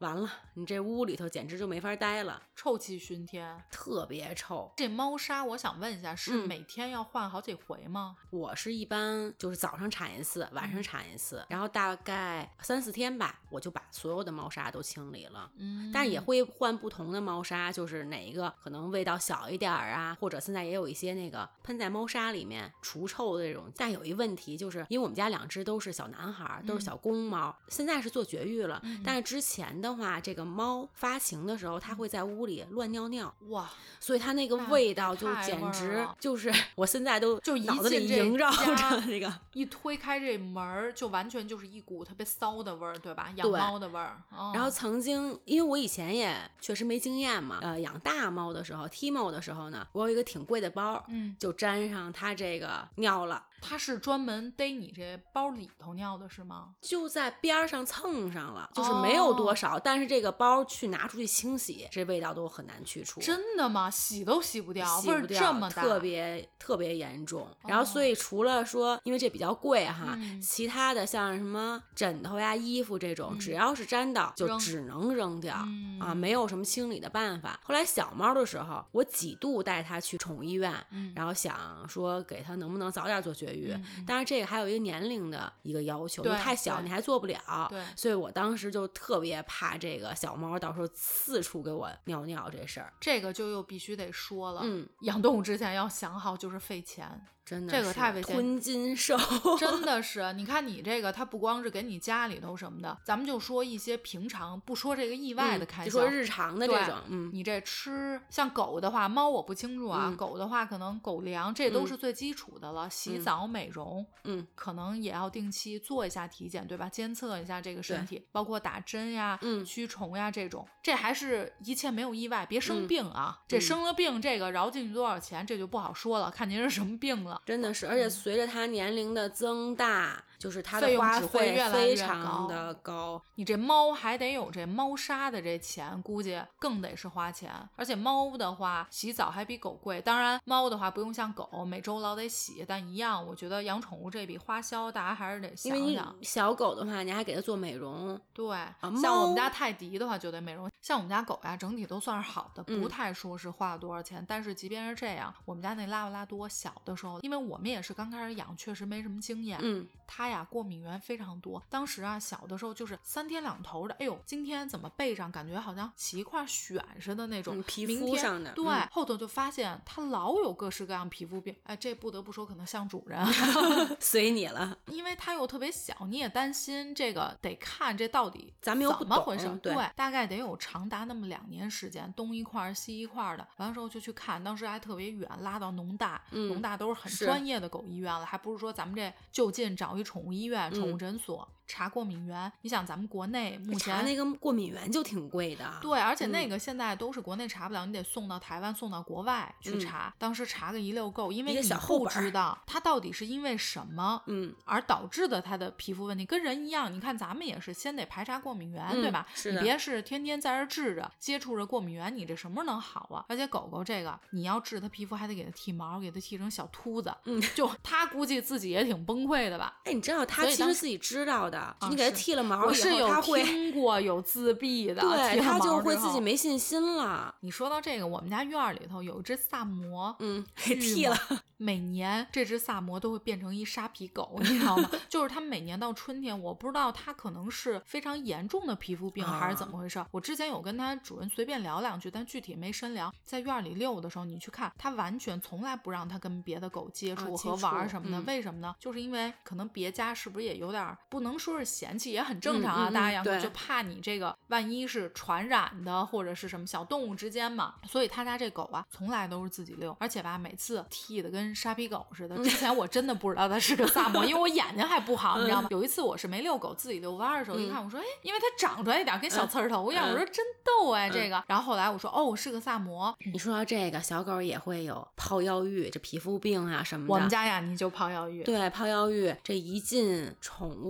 Speaker 2: 完了，你这屋里头简直就没法待了，
Speaker 1: 臭气熏天，
Speaker 2: 特别臭。
Speaker 1: 这猫砂我想问一下，是每天要换好几回吗？
Speaker 2: 我是一般就是早上铲一次，晚上铲一次，然后大概3、4天吧，我就把所有的猫砂都清理了。但是也会换不同的猫砂，就是哪一个可能味道小一点啊，或者现在也有一些那个喷在猫砂里面除臭的这种。但有一问题，就是因为我们家2只都是小男孩，都是小公猫，现在是做绝育了，但是之前的话，这个猫发情的时候，它会在屋里乱尿尿，
Speaker 1: 哇，
Speaker 2: 所以它那个味道就简直就是我现在都
Speaker 1: 就
Speaker 2: 脑子里萦绕着那个，
Speaker 1: 一推开这门就完全就是一股特别骚的味儿，对吧？养猫的味儿。
Speaker 2: 然后曾经因为我以前也确实没经验嘛，养大猫的时候 Timo 的时候呢，我有一个挺贵的包，就沾上它这个尿了。
Speaker 1: 它是专门逮你这包里头尿的是吗？
Speaker 2: 就在边上蹭上了，就是没有多少，但是这个包去拿出去清洗，这味道都很难去除。
Speaker 1: 真的吗？洗都洗不掉，
Speaker 2: 洗不掉，
Speaker 1: 味儿这么大，
Speaker 2: 特别严重。然后所以除了说因为这比较贵哈，其他的像什么枕头呀、衣服这种，只要是沾到就只能扔掉啊，没有什么清理的办法。后来小猫的时候，我几度带它去宠物医院，然后想说给它能不能早点做绝育。当然这个还有一个年龄的一个要求，你太小你还做不了，所以我当时就特别怕这个小猫到时候四处给我尿尿这事儿。
Speaker 1: 这个就又必须得说了，养动物之前要想好，就是费钱。
Speaker 2: 真的
Speaker 1: 这个太危险，
Speaker 2: 吞金兽
Speaker 1: 真的是。你看你这个，它不光是给你家里头什么的，咱们就说一些平常，不说这个意外的开销，
Speaker 2: 就说日常的这种。
Speaker 1: 你这吃，像狗的话，猫我不清楚啊，狗的话可能狗粮这都是最基础的了，洗澡、美容，可能也要定期做一下体检，对吧？监测一下这个身体，包括打针呀、驱虫呀这种，这还是一切没有意外，别生病啊。这生了病，这个饶进去多少钱，这就不好说了，看您是什么病了。
Speaker 2: 真的是，而且随着他年龄的增大，就是他的花费非常的高。
Speaker 1: 你这猫还得有这猫砂的这钱，估计更得是花钱。而且猫的话，洗澡还比狗贵。当然，猫的话不用像狗每周老得洗，但一样，我觉得养宠物这笔花销，大家还是得想想。
Speaker 2: 因为小狗的话，你还给它做美容。
Speaker 1: 对，像我们家泰迪的话就得美容。像我们家狗呀，整体都算是好的，不太说是花了多少钱。但是即便是这样，我们家那拉布拉多小的时候，因为我们也是刚开始养，确实没什么经验。它呀过敏源非常多。当时啊小的时候就是3天2头的，哎呦，今天怎么背上感觉好像起一块癣似的那种，
Speaker 2: 皮肤上的。
Speaker 1: 对，后头就发现它老有各式各样皮肤病。哎，这不得不说可能像主人
Speaker 2: 随你了，
Speaker 1: 因为它又特别小，你也担心这个得看这到底
Speaker 2: 咱们又
Speaker 1: 怎么回事。
Speaker 2: 对，
Speaker 1: 大概得有长达那么2年时间，东一块西一块的。完了之后就去看，当时还特别远，拉到农大，农大都是很专业的狗医院了，还不是说咱们这就近找一宠物医院、宠物诊所查过敏源。你想咱们国内目前
Speaker 2: 查那个过敏源就挺贵的，
Speaker 1: 对，而且那个现在都是国内查不了，你得送到台湾、送到国外去查。当时查个一溜够，因为你不知道它到底是因为什么而导致的它的皮肤问题，跟人一样。你看咱们也是先得排查过敏源，对吧？你别是天天在这治着，接触着过敏源，你这什么时候能好啊？而且狗狗这个你要治它皮肤还得给它剃毛，给它剃成小秃子，就它估计自己也挺崩溃的吧。
Speaker 2: 哎，你知道它其实自己知道的，你给它剃了毛以后，
Speaker 1: 我是有听过有自闭的，
Speaker 2: 对，它就会自己没信心了。
Speaker 1: 你说到这个，我们家院里头有一只萨摩，
Speaker 2: 给剃了。
Speaker 1: 每年这只萨摩都会变成一沙皮狗，你知道吗？就是它每年到春天，我不知道它可能是非常严重的皮肤病还是怎么回事。我之前有跟它主人随便聊2句，但具体没深聊。在院里遛的时候，你去看它完全从来不让它跟别的狗接触和玩什么的。为什么呢？就是因为可能别家是不是也有点不能说是嫌弃，也很正常啊。大家养狗就怕你这个万一是传染的或者是什么小动物之间嘛，所以他家这狗啊从来都是自己遛，而且吧每次剃的跟沙皮狗似的。之前我真的不知道它是个萨摩，因为我眼睛还不好，你知道吗？有一次我是没遛狗，自己遛弯的时候一看，我说哎，因为它长出来一点跟小刺儿头一样，我说真逗哎这个。然后后来我说哦是个萨摩。
Speaker 2: 你说到这个小狗也会有泡药浴，这皮肤病啊什么的。
Speaker 1: 我们家呀你就泡药浴。
Speaker 2: 对，泡药浴这一进宠物医院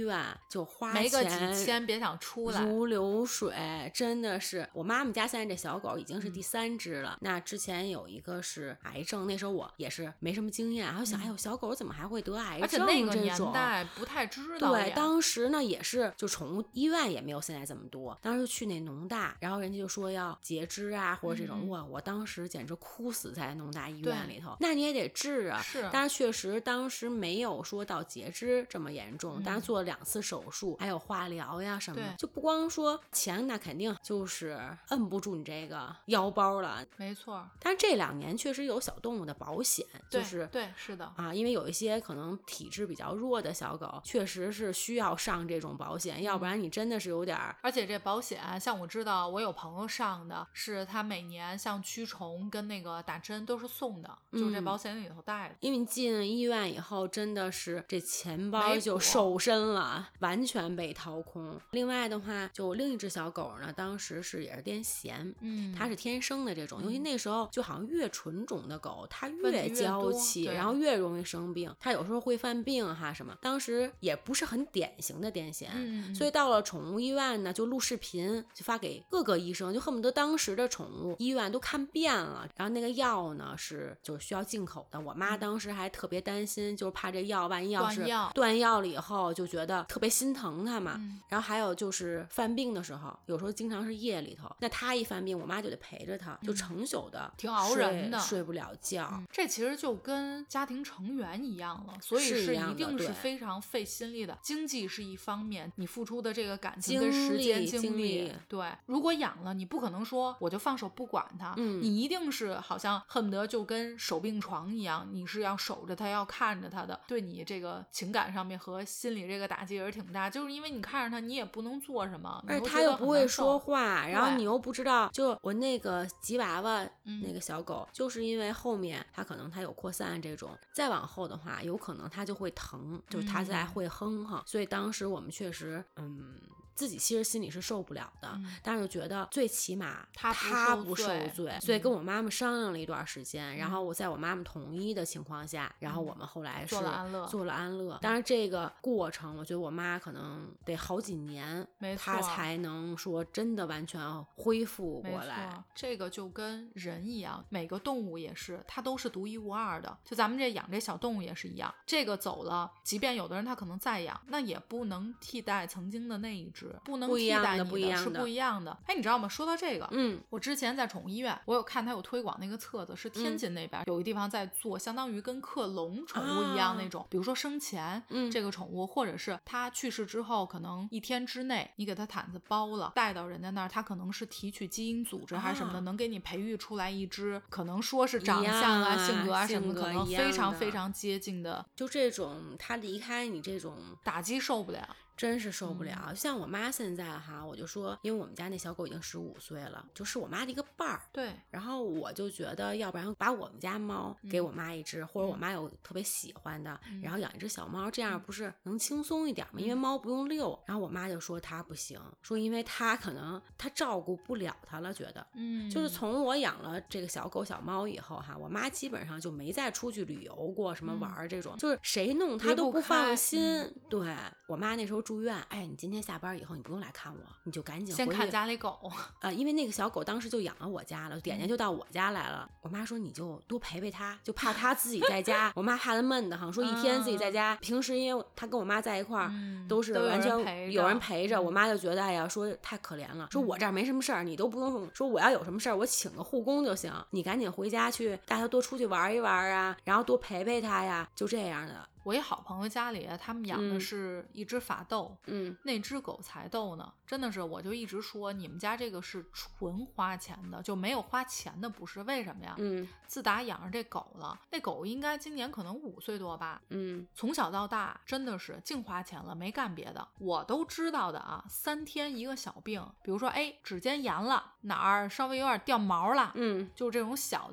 Speaker 2: 院就花
Speaker 1: 没个
Speaker 2: 钱
Speaker 1: 几千别想出来，
Speaker 2: 如流水，真的是。我妈妈家现在这小狗已经是第3只了，那之前有一个是癌症，那时候我也是没什么经验，然后想，哎呦，小狗怎么还会得癌症这种？
Speaker 1: 而且那个年代不太知道。
Speaker 2: 对，当时呢也是，就宠物医院也没有现在这么多，当时去那农大，然后人家就说要截肢啊或者这种，哇，我当时简直哭死在农大医院里头。那你也得治啊，
Speaker 1: 是，
Speaker 2: 但是确实当时没有说到截肢这么严重，但是做了2次手术，还有化疗呀什么的，就不光说钱，那肯定就是摁不住你这个腰包了。
Speaker 1: 没错。
Speaker 2: 但是这2年确实有小动物的保险，就是
Speaker 1: 对，是的
Speaker 2: 啊，因为有一些可能体质比较弱的小狗，确实是需要上这种保险，要不然你真的是有点
Speaker 1: 而且这保险，像我知道我有朋友上的是他每年像驱虫跟那个打针都是送的，就这保险里头带的。
Speaker 2: 因为你进医院以后真的是这钱包就瘦身了，完全被掏空。另外的话，就另一只小狗呢，当时也是癫痫，它是天生的这种，尤其那时候就好像越纯种的狗它越娇气，然后越容易生病，它有时候会犯病哈什么。当时也不是很典型的癫痫，所以到了宠物医院呢，就录视频就发给各个医生，就恨不得当时的宠物医院都看遍了。然后那个药呢就是需要进口的，我妈当时还特别担心，就是怕这药万一要是断药了以后，就觉得特别心疼它嘛。然后还有就是犯病的时候，有时候经常是夜里头，那它一犯病，我妈就得陪着它，就成宿的
Speaker 1: 挺熬人的，
Speaker 2: 睡不了觉。
Speaker 1: 这其实就跟家庭成员一样了，所以是一定是非常费心力的。经济是一方面，你付出的这个感情跟时间精力，对，如果养了，你不可能说我就放手不管它，你一定是好像恨不得就跟守病床一样，你是要守着它，要看着它的，对你这个情感上面和心理这个打击也是挺大，就是因为你看着它，你也不能做什么，
Speaker 2: 而且它又不会说话，然后你又不知道，就我那个吉娃娃那个小狗，就是因为后面它可能它有扩散这种，再往后的话，有可能它就会疼，就是它才会哼哼，所以当时我们确实自己其实心里是受不了的，但是觉得最起码他不受罪，所以跟我妈妈商量了一段时间，然后我在我妈妈同意的情况下，然后我们后来是做了安乐。当然这个过程我觉得我妈可能得好几年她才能说真的完全恢复过来。
Speaker 1: 这个就跟人一样，每个动物也是，它都是独一无二的，就咱们这养这小动物也是一样，这个走了，即便有的人他可能再养，那也不能替代曾经的那一只，不能替代你的，是不一样的。哎，你知道吗？说到这个，我之前在宠物医院，我有看他有推广那个册子，是天津那边有一个地方在做，相当于跟克隆宠物一样那种，比如说生前这个宠物，或者是他去世之后，可能1天之内你给他毯子包了，带到人家那儿，他可能是提取基因组织还是什么的，能给你培育出来一只，可能说是长相啊、性格啊什么，可能非常非常接近的。
Speaker 2: 就这种，他离开你这种
Speaker 1: 打击受不了。
Speaker 2: 真是受不了。像我妈现在哈，我就说，因为我们家那小狗已经15岁了，就是我妈的一个伴儿。
Speaker 1: 对。
Speaker 2: 然后我就觉得，要不然把我们家猫给我妈一只，或者我妈有特别喜欢的，然后养一只小猫，这样不是能轻松一点吗？因为猫不用遛。然后我妈就说她不行，说因为她可能她照顾不了它了，觉得，就是从我养了这个小狗小猫以后哈，我妈基本上就没再出去旅游过，什么玩这种，就是谁弄她都不放心。对，我妈那时候住院，哎，你今天下班以后你不用来看我，你就赶紧回去
Speaker 1: 先看家里狗。
Speaker 2: 因为那个小狗当时就养了我家了，点点就到我家来了。我妈说你就多陪陪它，就怕它自己在家。我妈怕它闷得慌，说一天自己在家，平时因为她跟我妈在一块儿，都是完全有人陪着。我妈就觉得哎呀，说太可怜了，说我这儿没什么事儿，你都不用说，我要有什么事儿我请个护工就行，你赶紧回家去带它多出去玩一玩啊，然后多陪陪它呀，就这样的。
Speaker 1: 我一好朋友家里，他们养的是一只法斗，那只狗才斗呢，真的是，我就一直说你们家这个是纯花钱的，就没有花钱的不是，为什么呀？自打养着这狗了，那狗应该今年可能5岁多吧，从小到大真的是净花钱了，没干别的。我都知道的啊，3天一个小病，比如说指尖炎了，哪儿稍微有点掉毛了，就这种小的。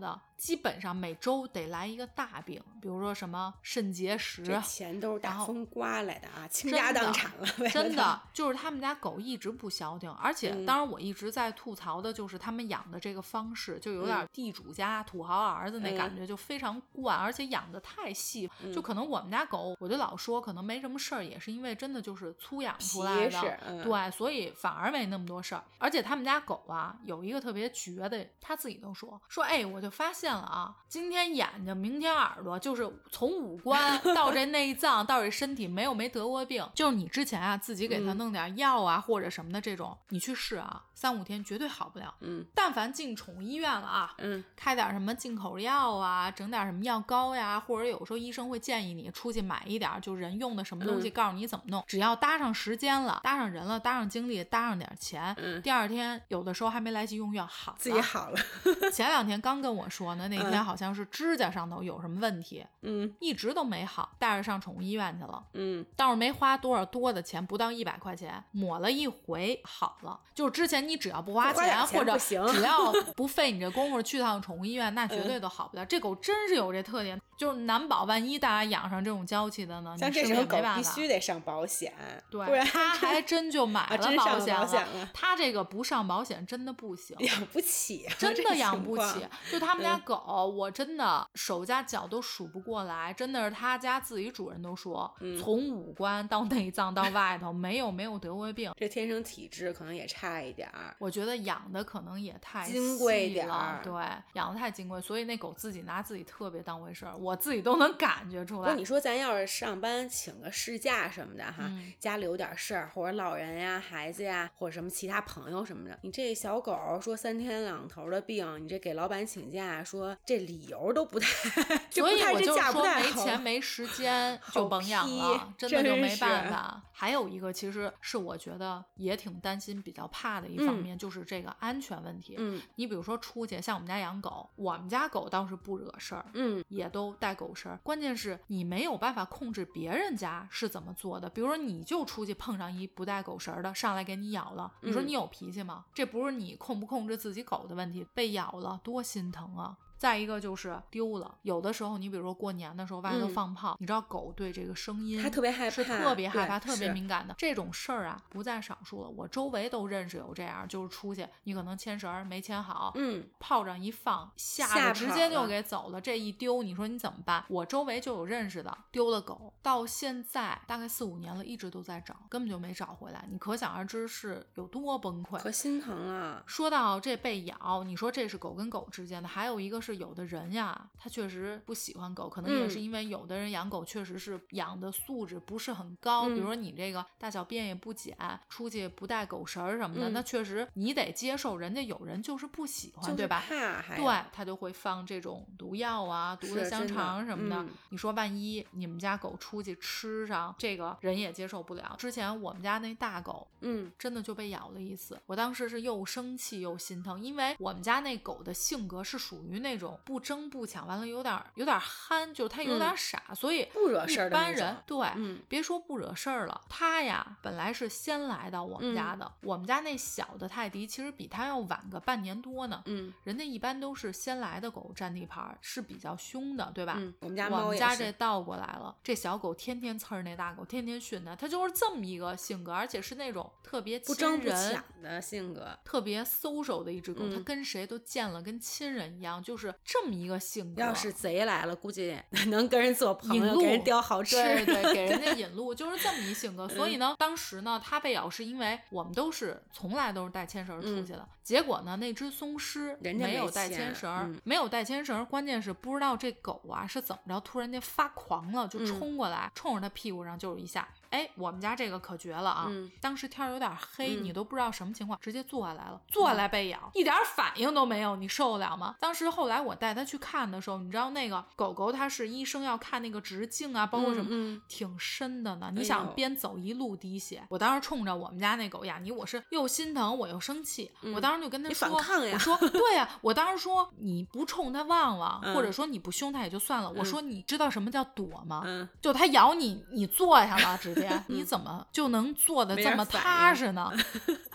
Speaker 1: 基本上每周得来一个大病，比如说什么肾结石，
Speaker 2: 这钱都是大风刮来的啊，倾家荡产了，
Speaker 1: 真的就是他们家狗一直不消停，而且当然我一直在吐槽的就是他们养的这个方式，就有点地主家土豪儿子那感觉，就非常惯，而且养的太细，就可能我们家狗，我就老说可能没什么事儿，也是因为真的就是粗养出来的，对，所以反而没那么多事儿。而且他们家狗啊有一个特别绝的，他自己都说哎，我就发现了啊，今天眼睛明天耳朵，就是从五官到这内脏到这身体没得过病，就是你之前啊自己给他弄点药啊或者什么的这种，你去试啊3-5天绝对好不了。但凡进宠物医院了啊，开点什么进口药啊，整点什么药膏呀，或者有时候医生会建议你出去买一点就人用的什么东西，告诉你怎么弄，只要搭上时间了，搭上人了，搭上精力，搭上点钱，第二天有的时候还没来及用药好了，
Speaker 2: 自己好了。
Speaker 1: 前2天刚跟我说呢，那天好像是指甲上头有什么问题，一直都没好，带着上宠物医院去了，倒是没花多的钱，不到100块钱，抹了一回好了。就是之前你只要不花钱或者只要不费你这功夫去趟宠物医院，那绝对都好不了。这狗真是有这特点，就是难保万一大家养上这种娇气的呢，
Speaker 2: 像这种狗必须得上保险，
Speaker 1: 对，
Speaker 2: 不然
Speaker 1: 他还真就买了保险
Speaker 2: 了。
Speaker 1: 他这个不上保险真的不行，
Speaker 2: 养不起，
Speaker 1: 真的养不起。就他们家狗，我真的手加脚都数不过来，真的是他家自己主人都说，从五官到内脏到外头没有得过病。
Speaker 2: 这天生体质可能也差一点儿，
Speaker 1: 我觉得养的可能也太
Speaker 2: 金贵点儿，
Speaker 1: 对，养的太金贵，所以那狗自己拿自己特别当回事儿，我自己都能感觉出来。
Speaker 2: 不，你说咱要是上班请个事假什么的哈，家里有点事儿，或者老人呀、孩子呀，或者什么其他朋友什么的，你这小狗说3天2头的病，你这给老板请假，说这理由都不太，
Speaker 1: 所以我就说
Speaker 2: 没
Speaker 1: 钱没时间就甭养了，真的就没办法。还有一个其实是我觉得也挺担心比较怕的一方面，就是这个安全问题。你比如说出去，像我们家养狗，我们家狗倒是不惹事儿，也都带狗绳，关键是你没有办法控制别人家是怎么做的。比如说你就出去碰上一不带狗绳的上来给你咬了，你说你有脾气吗？这不是你控不控制自己狗的问题，被咬了多心疼啊。再一个就是丢了，有的时候你比如说过年的时候外头放炮，你知道狗对这个声音
Speaker 2: 它特别害怕，
Speaker 1: 是特别害怕特别敏感的，这种事儿啊不在少数了。我周围都认识有这样，就是出去你可能牵绳没牵好，炮仗一放吓着直接就给走了，这一丢你说你怎么办？我周围就有认识的丢了狗，到现在大概4-5年了，一直都在找，根本就没找回来，你可想而知是有多崩溃，
Speaker 2: 可心疼了。
Speaker 1: 说到这被咬，你说这是狗跟狗之间的，还有一个是有的人呀，他确实不喜欢狗，可能也是因为有的人养狗确实是养的素质不是很高，比如说你这个大小便也不捡，出去不带狗绳什么的，那确实你得接受，人家有人就是不喜欢，对吧？对，他就会放这种毒药啊、毒的香肠什么的。你说万一你们家狗出去吃上这个，人也接受不了。之前我们家那大狗，真的就被咬了一次，我当时是又生气又心疼，因为我们家那狗的性格是属于那种不争不抢，完了有点憨，就是它有点傻，所以
Speaker 2: 不惹事儿的那种。
Speaker 1: 一般人对，别说不惹事儿了，它呀本来是先来到我们家的，我们家那小的泰迪其实比它要晚个半年多呢。人家一般都是先来的狗占地盘，是比较凶的，对吧？
Speaker 2: 我们家
Speaker 1: 这倒过来了，这小狗天天呲那大狗，天天训它，它就是这么一个性格，而且是那种特别
Speaker 2: 不争不抢的性格，
Speaker 1: 特别 social 的一只狗，它跟谁都见了跟亲人一样，就是这么一个性格。
Speaker 2: 要是贼来了，估计能跟人做朋友，给人叼好吃，
Speaker 1: 对，给人家引路，就是这么一性格。所以呢，当时呢，它被咬是因为我们都是从来都是带牵绳出去的，结果呢，那只松狮没有带牵绳，没有带牵绳，关键是不知道这狗啊是怎么着，突然间发狂了，就冲过来，冲着它屁股上就是一下。哎，我们家这个可绝了啊！当时天有点黑，你都不知道什么情况，直接坐下来了，坐下来被咬，一点反应都没有，你受得了吗？当时后来我带它去看的时候，你知道那个狗狗它是医生要看那个直径啊，包括什么，挺深的呢。你想边走一路滴血，我当时冲着我们家那狗雅尼，我是又心疼我又生气，我当时就跟他说，
Speaker 2: 你反抗呀！
Speaker 1: 我说对呀，我当时说你不冲它旺旺，或者说你不凶它也就算了，我说你知道什么叫躲吗？就它咬你，你坐下了直接。你怎么就能做的这么踏实呢？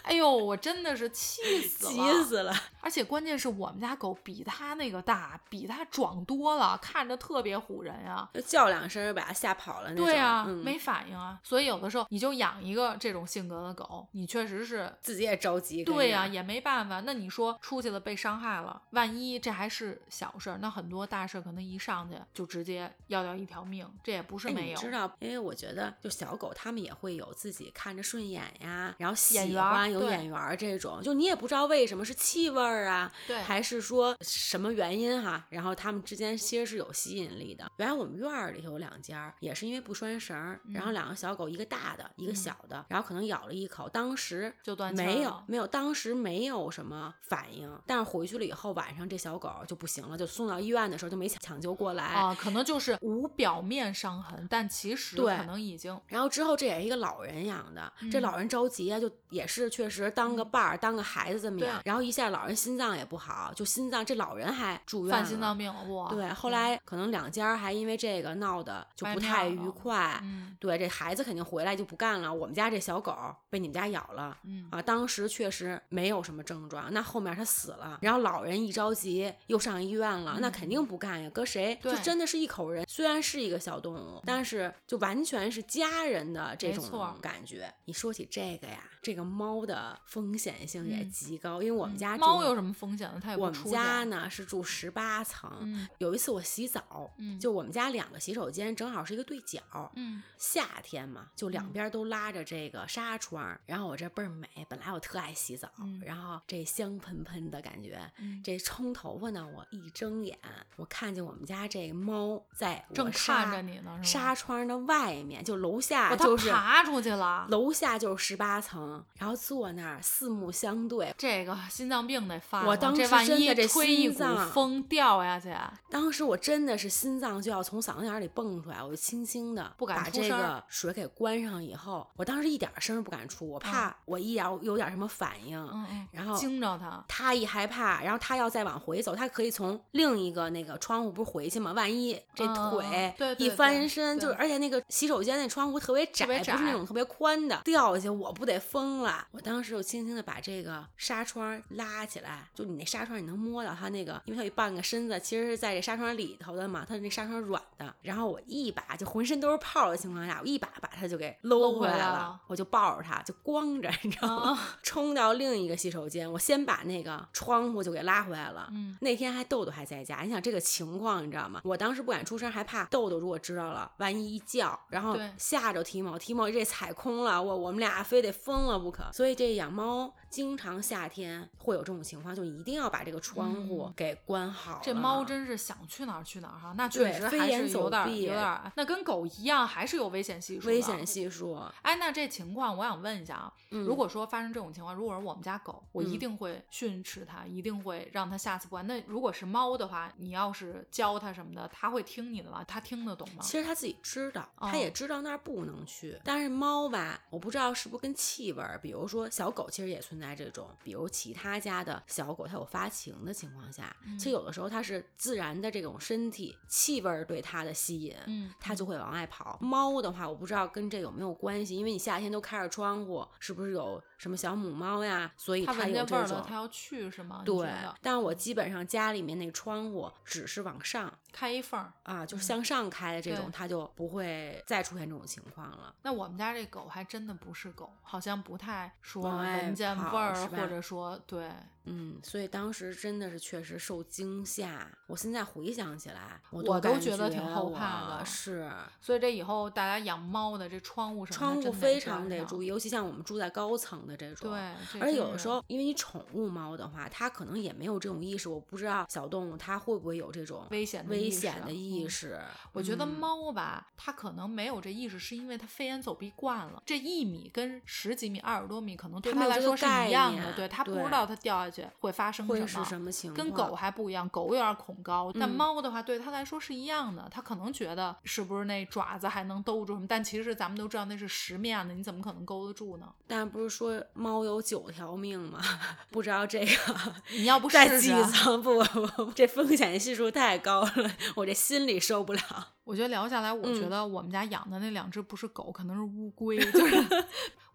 Speaker 1: 哎呦，我真的是气死了，
Speaker 2: 急死了。
Speaker 1: 而且关键是我们家狗比它那个大，比它壮多了，看着特别唬人啊，
Speaker 2: 就叫2声把它吓跑了那种。
Speaker 1: 对啊，没反应啊。所以有的时候你就养一个这种性格的狗，你确实是
Speaker 2: 自己也着急。
Speaker 1: 对啊，也没办法。那你说出去了被伤害了，万一这还是小事儿，那很多大事可能一上去就直接要掉一条命，这也不是没有。
Speaker 2: 你知道，因为我觉得就小狗它们也会有自己看着顺眼呀，然后喜欢有眼缘这种，就你也不知道为什么是气味啊，
Speaker 1: 对，
Speaker 2: 还是说什么原因哈，然后它们之间其实是有吸引力的。原来我们院里头有2家，也是因为不拴绳，然后2个小狗，一个大的一个小的，然后可能咬了一口，当时
Speaker 1: 就断气
Speaker 2: 了，没有，当时没有什么反应，但是回去了以后晚上这小狗就不行了，就送到医院的时候就没抢救过来
Speaker 1: 啊，可能就是无表面伤痕，但其实可能已经。
Speaker 2: 然后之后这也是一个老人养的，这老人着急啊，就也是确实当个伴儿，当个孩子这么养，然后一下老人心脏也不好，就心脏这老人还住院了，
Speaker 1: 犯心脏病了。哇，
Speaker 2: 对，后来可能2家还因为这个闹得就不太愉快。对，这孩子肯定回来就不干了，我们家这小狗被你们家咬了。当时确实没有什么症状，那后面他死了，然后老人一着急又上医院了，那肯定不干呀，搁谁就真的是一口人，虽然是一个小动物，但是就完全是家人的这种感觉。你说起这个呀，这个猫的风险性也极高，因为我们家
Speaker 1: 猫有什么风险呢？它也不出去。
Speaker 2: 我们家呢是住18层，有一次我洗澡，就我们家2个洗手间正好是一个对角，夏天嘛，就两边都拉着这个纱窗，然后我这倍儿美，本来我特爱洗澡，然后这香喷喷的感觉，这冲头发呢，我一睁眼，我看见我们家这个猫在我
Speaker 1: 正看着你呢，
Speaker 2: 纱窗的外面，就楼下就是
Speaker 1: 它爬出去了，
Speaker 2: 楼下就是18层，然后坐那儿四目相对，
Speaker 1: 这个心脏病得犯了，
Speaker 2: 我当时真的这
Speaker 1: 吹一股风掉下去，
Speaker 2: 当时我真的是心脏就要从嗓子眼里蹦出来，我就轻轻的把这个水给关上以后，我当时一点声不敢出，我怕我一有点什么反应，然后
Speaker 1: 惊着
Speaker 2: 他一害怕，然后他要再往回走，他可以从另一个那个窗户不是回去吗？万一这腿一翻身，就而且那个洗手间那窗户特别窄，不是那种特别宽的，掉下去我不得疯了。我当时就轻轻的把这个纱窗拉起来，就你那纱窗你能摸到它那个，因为它有半个身子其实是在这纱窗里头的嘛，它那纱窗软的，然后我一把就浑身都是泡的情况下，我一把把它就给搂回来了，我就抱着它就光着，你知道吗？冲到另一个洗手间，我先把那个窗户就给拉回来了。那天还豆豆还在家，你想这个情况你知道吗？我当时不敢出声，还怕豆豆如果知道了，万一一叫，然后吓着提莫这踩空了，我们俩非得疯了不可。所以这养猫经常夏天会有这种情况，就一定要把这个窗户给关好了。
Speaker 1: 这猫真是想去哪儿去哪儿哈，那确实还是有点，那跟狗一样，还是有危险系数。
Speaker 2: 危险系数。
Speaker 1: 哎，那这情况我想问一下啊，如果说发生这种情况，如果是我们家狗，我一定会训斥它，一定会让它下次不敢。那如果是猫的话，你要是教它什么的，它会听你的吗？它听得懂吗？
Speaker 2: 其实它自己知道，它也知道那儿不能去。但是猫吧，我不知道是不是跟气味，比如说小狗其实也存在这种，比如其他家的小狗它有发情的情况下，其实有的时候它是自然的这种身体气味对它的吸引，它就会往外跑。猫的话我不知道跟这有没有关系，因为你夏天都开着窗户，是不是有什么小母猫呀，所以它有这种
Speaker 1: 它要去是吗？
Speaker 2: 对，但我基本上家里面那窗户只是往上
Speaker 1: 开一缝
Speaker 2: 啊，就是向上开的这种，它就不会再出现这种情况了。
Speaker 1: 那我们家这狗还真的不是狗，好像不太说闻见味儿，或者说对。
Speaker 2: 所以当时真的是确实受惊吓，我现在回想起来我
Speaker 1: 都觉得挺后怕的。
Speaker 2: 是，
Speaker 1: 所以这以后大家养猫的这窗户什么的，
Speaker 2: 窗户非常得注意，尤其像我们住在高层的这种。
Speaker 1: 对，
Speaker 2: 而且有的时候因为你宠物猫的话，它可能也没有这种意识，我不知道小动物它会不会有这种
Speaker 1: 危险
Speaker 2: 的意识。
Speaker 1: 我觉得猫吧，它可能没有这意识，是因为它飞檐走壁惯了，这1米跟10几米、20多米可能对它来说是一样的，对，它不知道它掉下去会发生
Speaker 2: 什么情况，
Speaker 1: 跟狗还不一样，狗有点恐高，但猫的话对它来说是一样的，它可能觉得是不是那爪子还能兜住什么，但其实咱们都知道那是实面的，你怎么可能勾得住呢？
Speaker 2: 但不是说猫有9条命吗？不知道这个
Speaker 1: 你要不试试
Speaker 2: 在几层不，这风险系数太高了，我这心里受不了。
Speaker 1: 我觉得聊下来，我觉得我们家养的那2只不是狗，可能是乌龟，就是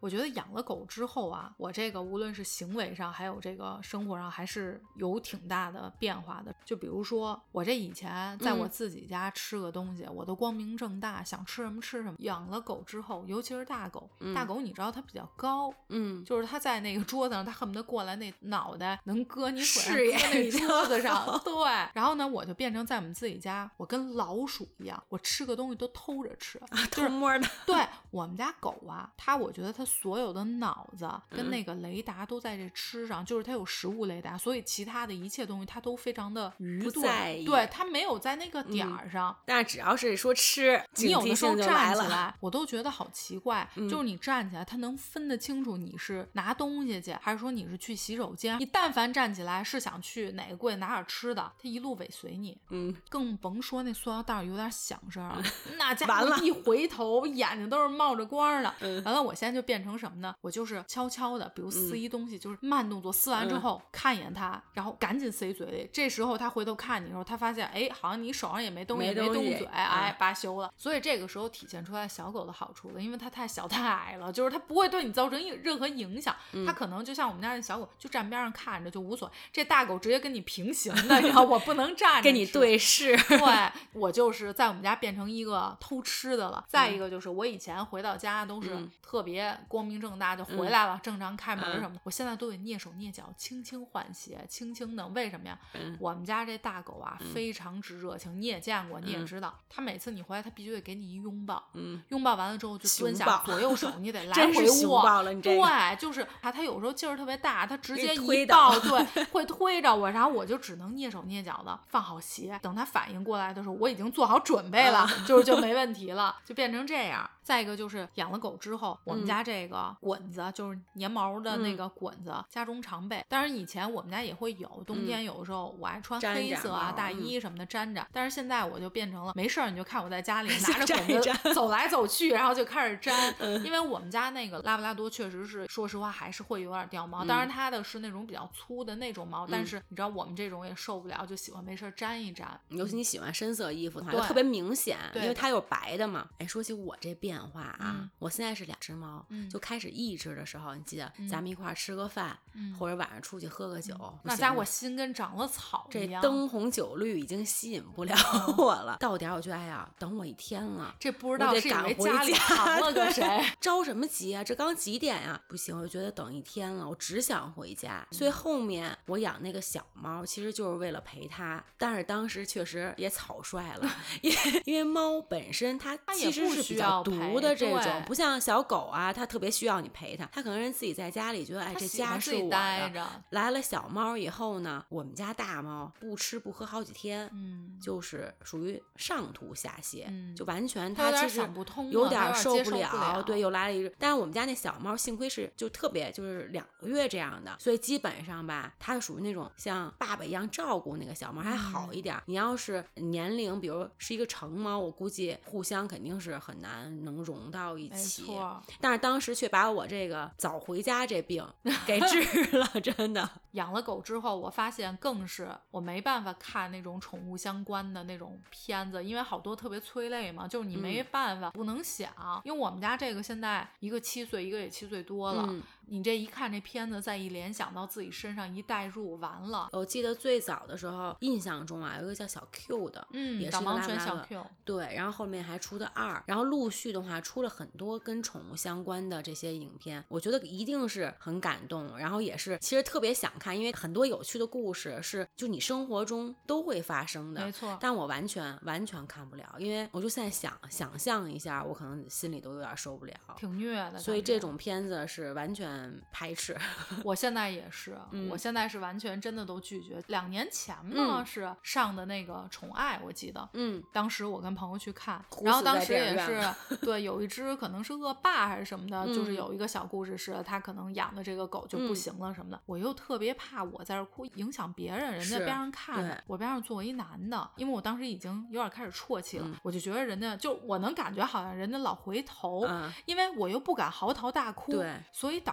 Speaker 1: 我觉得养了狗之后啊，我这个无论是行为上还有这个生活上还是有挺大的变化的。就比如说我这以前在我自己家吃个东西，我都光明正大想吃什么吃什么。养了狗之后，尤其是大狗，大狗你知道它比较高，就是它在那个桌子上，它恨不得过来那脑袋能搁你腿上，搁那桌子上。对，然后呢，我就变成在我们自己家，我跟老鼠一样，我吃个东西都偷着吃，
Speaker 2: 偷摸的。
Speaker 1: 对，我们家狗啊，我觉得它所有的脑子跟那个雷达都在这吃上，就是它有食物雷达，所以其他的一切东西它都非常的愚钝，对，它没有在那个点儿上。
Speaker 2: 但是只要是说吃，
Speaker 1: 你有的时候站起来，我都觉得好奇怪，就是你站起来，它能分得清楚你是拿东西去，还是说你是去洗手间。你但凡站起来是想去哪个柜子拿点吃的，它一路尾随你。更甭说那塑料袋有点响声，那家伙一回头眼睛都是冒着光的。完了，我现在就变成什么呢？我就是悄悄的，比如撕一东西，就是慢动作撕完之后，看一眼它，然后赶紧塞嘴里。这时候它回头看你的时候，它发现哎，好像你手上也没东西，没动嘴，哎，罢休了。所以这个时候体现出来小狗的好处了，因为它太小太矮了，就是它不会对你造成任何影响。它可能就像我们家那小狗，就站边上看着就无所谓。这大狗直接跟你平行的，然后我不能站着
Speaker 2: 跟你对视。
Speaker 1: 对，我就是在我们家变成一个偷吃的了。再一个就是我以前回到家都是特别光明正大就回来了，正常开门什么的。我现在都得蹑手蹑脚，轻轻换鞋，轻轻的。为什么呀？我们家这大狗啊，非常之热情，你也见过，你也知道，它每次你回来，它必须得给你一拥抱。拥抱完了之后就蹲下，左右手你得来回握。对，就是它有时候劲儿特别大，它直接一抱，对，会推着我，然后我就只能蹑手蹑脚的放好鞋，等它反应过来的时候，我已经做好准备了，就没问题了，就变成这样。再一个就是养了狗之后，我们家这个滚子就是粘毛的那个滚子，家中常备。当然以前我们家也会有，冬天有的时候我爱穿黑色啊大衣什么的粘着，但是现在我就变成了没事儿你就看我在家里拿着滚子走来走去，然后就开始粘。因为我们家那个拉布拉多确实是说实话还是会有点掉毛，当然它的是那种比较粗的那种毛，但是你知道我们这种也受不了，就喜欢没事粘一粘。
Speaker 2: 尤其你喜欢深色衣服的话，就特别明显，因为它有白的嘛。哎，说起我这变化啊，我现在是2只猫，就开始1只的时候，你记得咱们一块吃个饭，或者晚上出去喝个酒，
Speaker 1: 那家伙心跟长了草一样，
Speaker 2: 这灯红酒绿已经吸引不了我了。到点我就哎呀，等我一天了，
Speaker 1: 这不知道是以为家里藏了个谁，
Speaker 2: 着什么急啊？这刚几点呀？不行，我就觉得等一天了，我只想回家。所以后面我养那个小猫，其实就是为了陪它，但是当时确实也草率了，因为猫本身它其实是比较独的这种，不像小狗啊，它特别需要你陪它，它可能人自己在家里觉得，哎，这家是我的。来了小猫以后呢，我们家大猫不吃不喝好几天，就是属于上吐下泻，就完全它其实有点受不了，对，又来了一只。但是我们家那小猫幸亏是就特别就是2个月这样的，所以基本上吧，它属于那种像爸爸一样照顾那个小猫还好一点。你要是年龄比如是一个成猫，我估计互相肯定是很难能融到一起。但是当时却把我这个早回家这病给治了，真的。
Speaker 1: 养了狗之后，我发现更是我没办法看那种宠物相关的那种片子，因为好多特别催泪嘛，就是你没办法不能想。因为我们家这个现在一个7岁，一个也7岁多了，你这一看这片子，再一联想到自己身上一代入，完了。
Speaker 2: 我记得最早的时候，印象中啊，有一个叫小 Q 的，也是一个拉布拉多
Speaker 1: 小 Q，
Speaker 2: 对，然后后面还出的2，然后陆续的话出了很多跟宠物相关的这些影片，我觉得一定是很感动，然后也是其实特别想看，因为很多有趣的故事是就你生活中都会发生的，
Speaker 1: 没错。
Speaker 2: 但我完全看不了，因为我就现在想象一下，我可能心里都有点受不了，
Speaker 1: 挺虐的。
Speaker 2: 所以这种片子是完全排斥。
Speaker 1: 我现在也是，我现在是完全真的都拒绝。2年前呢，是上的那个宠爱，我记得，当时我跟朋友去看，然后当时也是对，有一只可能是恶霸还是什么的，就是有一个小故事是他可能养的这个狗就不行了什么的，我又特别怕我在这哭影响别人，人家边上看，我边上坐一男的，因为我当时已经有点开始啜泣了，我就觉得人家就我能感觉好像人家老回头，因为我又不敢嚎啕大哭，对，所以导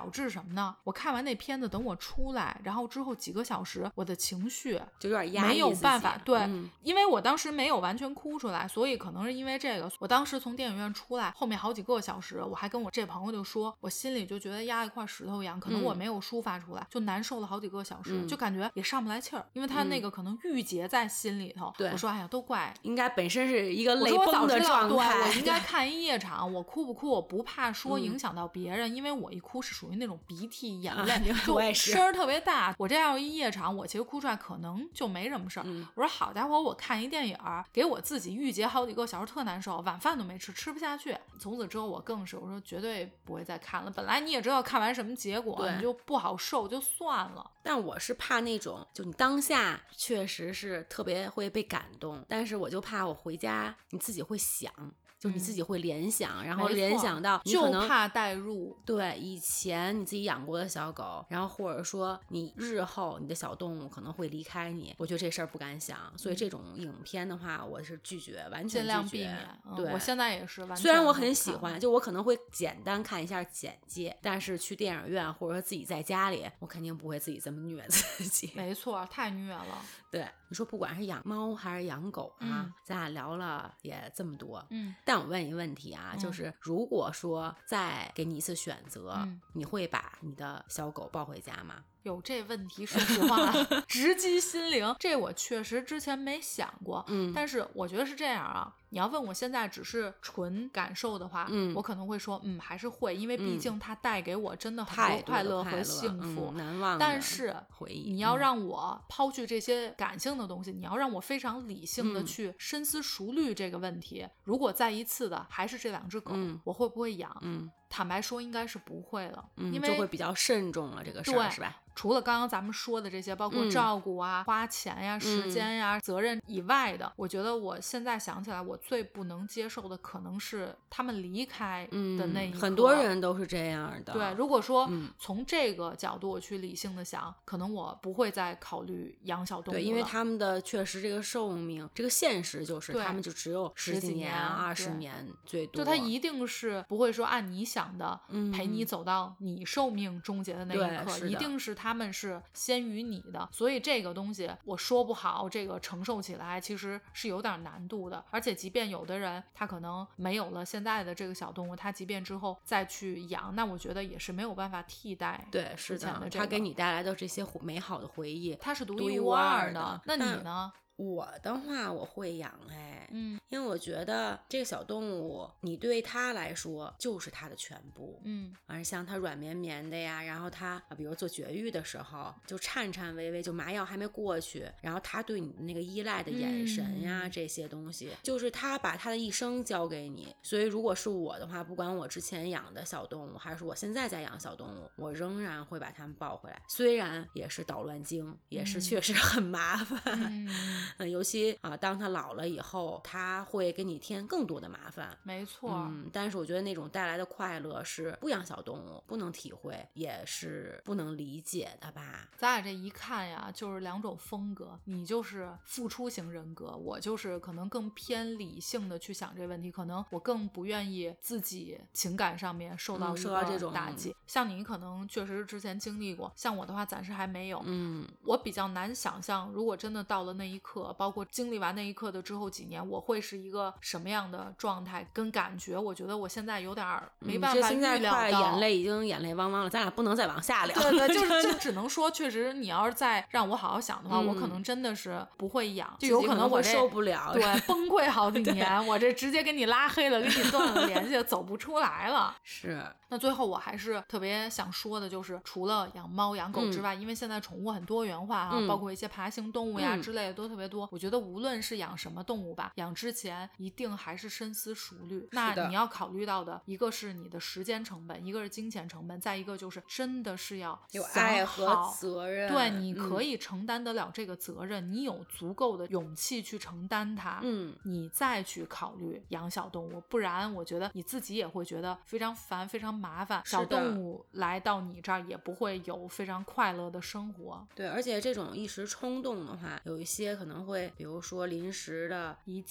Speaker 1: 致什么呢？我看完那片子，等我出来，然后之后几个小时，我的情绪
Speaker 2: 就有点压抑，
Speaker 1: 没有办法，对，因为我当时没有完全哭出来，所以可能是因为这个，我当时从电影院出来，后面好几个小时，我还跟我这朋友就说，我心里就觉得压一块石头一样，可能我没有抒发出来，就难受了好几个小时，就感觉也上不来气儿，因为他那个可能郁结在心里头。
Speaker 2: 对，
Speaker 1: 我说哎呀，都怪
Speaker 2: 应该本身是一个泪崩的状态，
Speaker 1: 对，我应该看一夜场，我哭不哭我不怕说影响到别人，因为我一哭是属于那种鼻涕眼泪，就声儿特别大。我这样一夜场，我其实哭出来可能就没什么事儿。我说好家伙，我看一电影给我自己郁结好几个小时，特难受，晚饭都没吃，吃不下去。从此之后我更是，我说绝对不会再看了。本来你也知道看完什么结果，你就不好受，就算了。
Speaker 2: 但我是怕那种，就你当下确实是特别会被感动，但是我就怕我回家你自己会想。就你自己会联想，然后联想到你可能
Speaker 1: 就怕代入，
Speaker 2: 对以前你自己养过的小狗，然后或者说你日后你的小动物可能会离开你，我觉得这事儿不敢想，所以这种影片的话我是拒绝，完全拒绝，
Speaker 1: 尽量避免。对，我现在也是完全。
Speaker 2: 虽然我很喜欢，就我可能会简单看一下简介，但是去电影院或者说自己在家里，我肯定不会自己这么虐自己。
Speaker 1: 没错，太虐了。
Speaker 2: 对，你说不管是养猫还是养狗啊，咱俩聊了也这么多，但我问一个问题啊，就是如果说再给你一次选择，你会把你的小狗抱回家吗？
Speaker 1: 有这问题，说实话直击心灵，这我确实之前没想过，但是我觉得是这样啊。你要问我现在只是纯感受的话，我可能会说，还是会，因为毕竟它带给我真的很多快乐和幸福，
Speaker 2: 难忘的
Speaker 1: 但是
Speaker 2: 回忆。
Speaker 1: 你要让我抛去这些感性的东西，你要让我非常理性的去深思熟虑这个问题。如果再一次的还是这两只狗，我会不会养？坦白说应该是不会了，因为
Speaker 2: 就会比较慎重了这个事儿，是吧？
Speaker 1: 除了刚刚咱们说的这些，包括照顾啊、花钱呀、时间呀、责任以外的，我觉得我现在想起来，我最不能接受的可能是他们离开的那一刻。
Speaker 2: 很多人都是这样的。
Speaker 1: 对，如果说从这个角度我去理性的想，可能我不会再考虑养小动物了。
Speaker 2: 对，因为他们的确实这个寿命，这个现实就是他们就只有10几年、20年最多。
Speaker 1: 就他一定是不会说按你想的陪你走到你寿命终结的那一刻，一定是他们是先于你的。所以这个东西我说不好，这个承受起来其实是有点难度的。而且即便有的人他可能没有了现在的这个小动物，他即便之后再去养，那我觉得也是没有办法替代。
Speaker 2: 对，是的，他给你带来的这些美好的回忆，
Speaker 1: 它是独一无二的。那你呢？
Speaker 2: 我的话我会养，因为我觉得这个小动物你对它来说就是它的全部，而像它软绵绵的呀，然后它比如做绝育的时候就颤颤巍巍，就麻药还没过去，然后它对你的那个依赖的眼神呀，这些东西就是它把它的一生交给你。所以如果是我的话，不管我之前养的小动物还是我现在在养小动物，我仍然会把它们抱回来，虽然也是捣乱精，也是确实很麻烦，尤其当他老了以后，他会给你添更多的麻烦。
Speaker 1: 没错，
Speaker 2: 但是我觉得那种带来的快乐是不养小动物不能体会，也是不能理解的吧。
Speaker 1: 咱俩这一看呀，就是两种风格，你就是付出型人格，我就是可能更偏理性的去想这问题，可能我更不愿意自己情感上面受到这种打击。像你可能确实之前经历过，像我的话暂时还没有。我比较难想象，如果真的到了那一刻，包括经历完那一刻的之后几年，我会是一个什么样的状态跟感觉。我觉得我现在有点没办法预料到，
Speaker 2: 眼泪已经眼泪汪汪了，咱俩不能再往下聊。
Speaker 1: 对，就只能说确实你要是再让我好好想的话，我可能真的是不会养，就有可能我
Speaker 2: 受不了，
Speaker 1: 对，崩溃好几年我这直接给你拉黑了，给你断了联系，走不出来了。
Speaker 2: 是。
Speaker 1: 那最后我还是特别想说的，就是除了养猫养狗之外，因为现在宠物很多元化包括一些爬行动物呀之类的都特别多，我觉得无论是养什么动物吧，养之前一定还是深思熟虑。那你要考虑到的一个是你的时间成本，一个是金钱成本，再一个就是真的是要
Speaker 2: 有爱和责任。
Speaker 1: 对，你可以承担得了这个责任，你有足够的勇气去承担它，你再去考虑养小动物。不然我觉得你自己也会觉得非常烦非常麻烦，小动物来到你这儿也不会有非常快乐的生活。
Speaker 2: 对，而且这种一时冲动的话，有一些可能会比如说临时的
Speaker 1: 遗弃，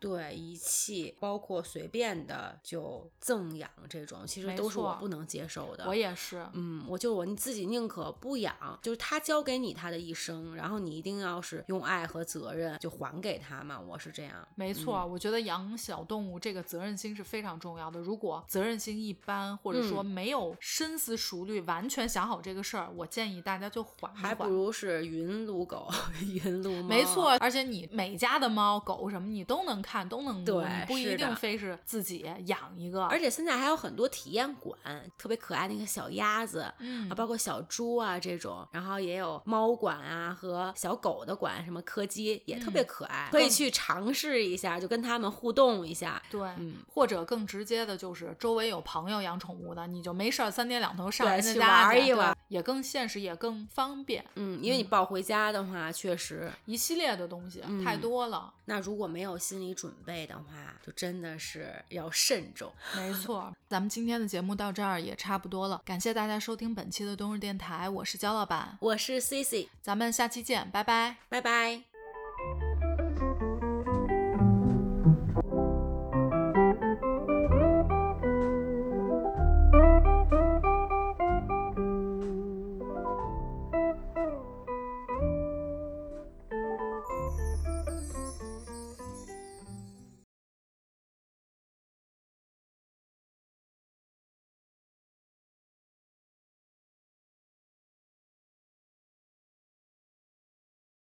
Speaker 2: 对，遗弃，包括随便的就赠养这种，其实都是我不能接受的。
Speaker 1: 我也是，
Speaker 2: 我你自己宁可不养，就是他交给你他的一生，然后你一定要是用爱和责任就还给他嘛，我是这样。
Speaker 1: 没错，我觉得养小动物这个责任心是非常重要的。如果责任心一般，或者说没有深思熟虑，完全想好这个事儿，我建议大家就缓一缓。
Speaker 2: 还不如是云撸狗、云撸猫。
Speaker 1: 没错，而且你每家的猫狗什么你都能看，都能摸，你不一定非是自己养一个。
Speaker 2: 而且现在还有很多体验馆，特别可爱那个小鸭子，包括小猪啊这种，然后也有猫馆啊和小狗的馆，什么柯基也特别可爱，可以去尝试一下，就跟他们互动一下。
Speaker 1: 对，或者更直接的就是周围有朋友养宠物的，你就没事3天2头上人家家
Speaker 2: 玩一玩，
Speaker 1: 也更现实也更方便。
Speaker 2: 因为你抱回家的话，确实
Speaker 1: 一系列的东西太多了。
Speaker 2: 那如果没有心理准备的话，就真的是要慎重。
Speaker 1: 没错，咱们今天的节目到这儿也差不多了，感谢大家收听本期的冬日电台，我是焦老板，
Speaker 2: 我是 Cici，
Speaker 1: 咱们下期见，拜拜，
Speaker 2: 拜拜。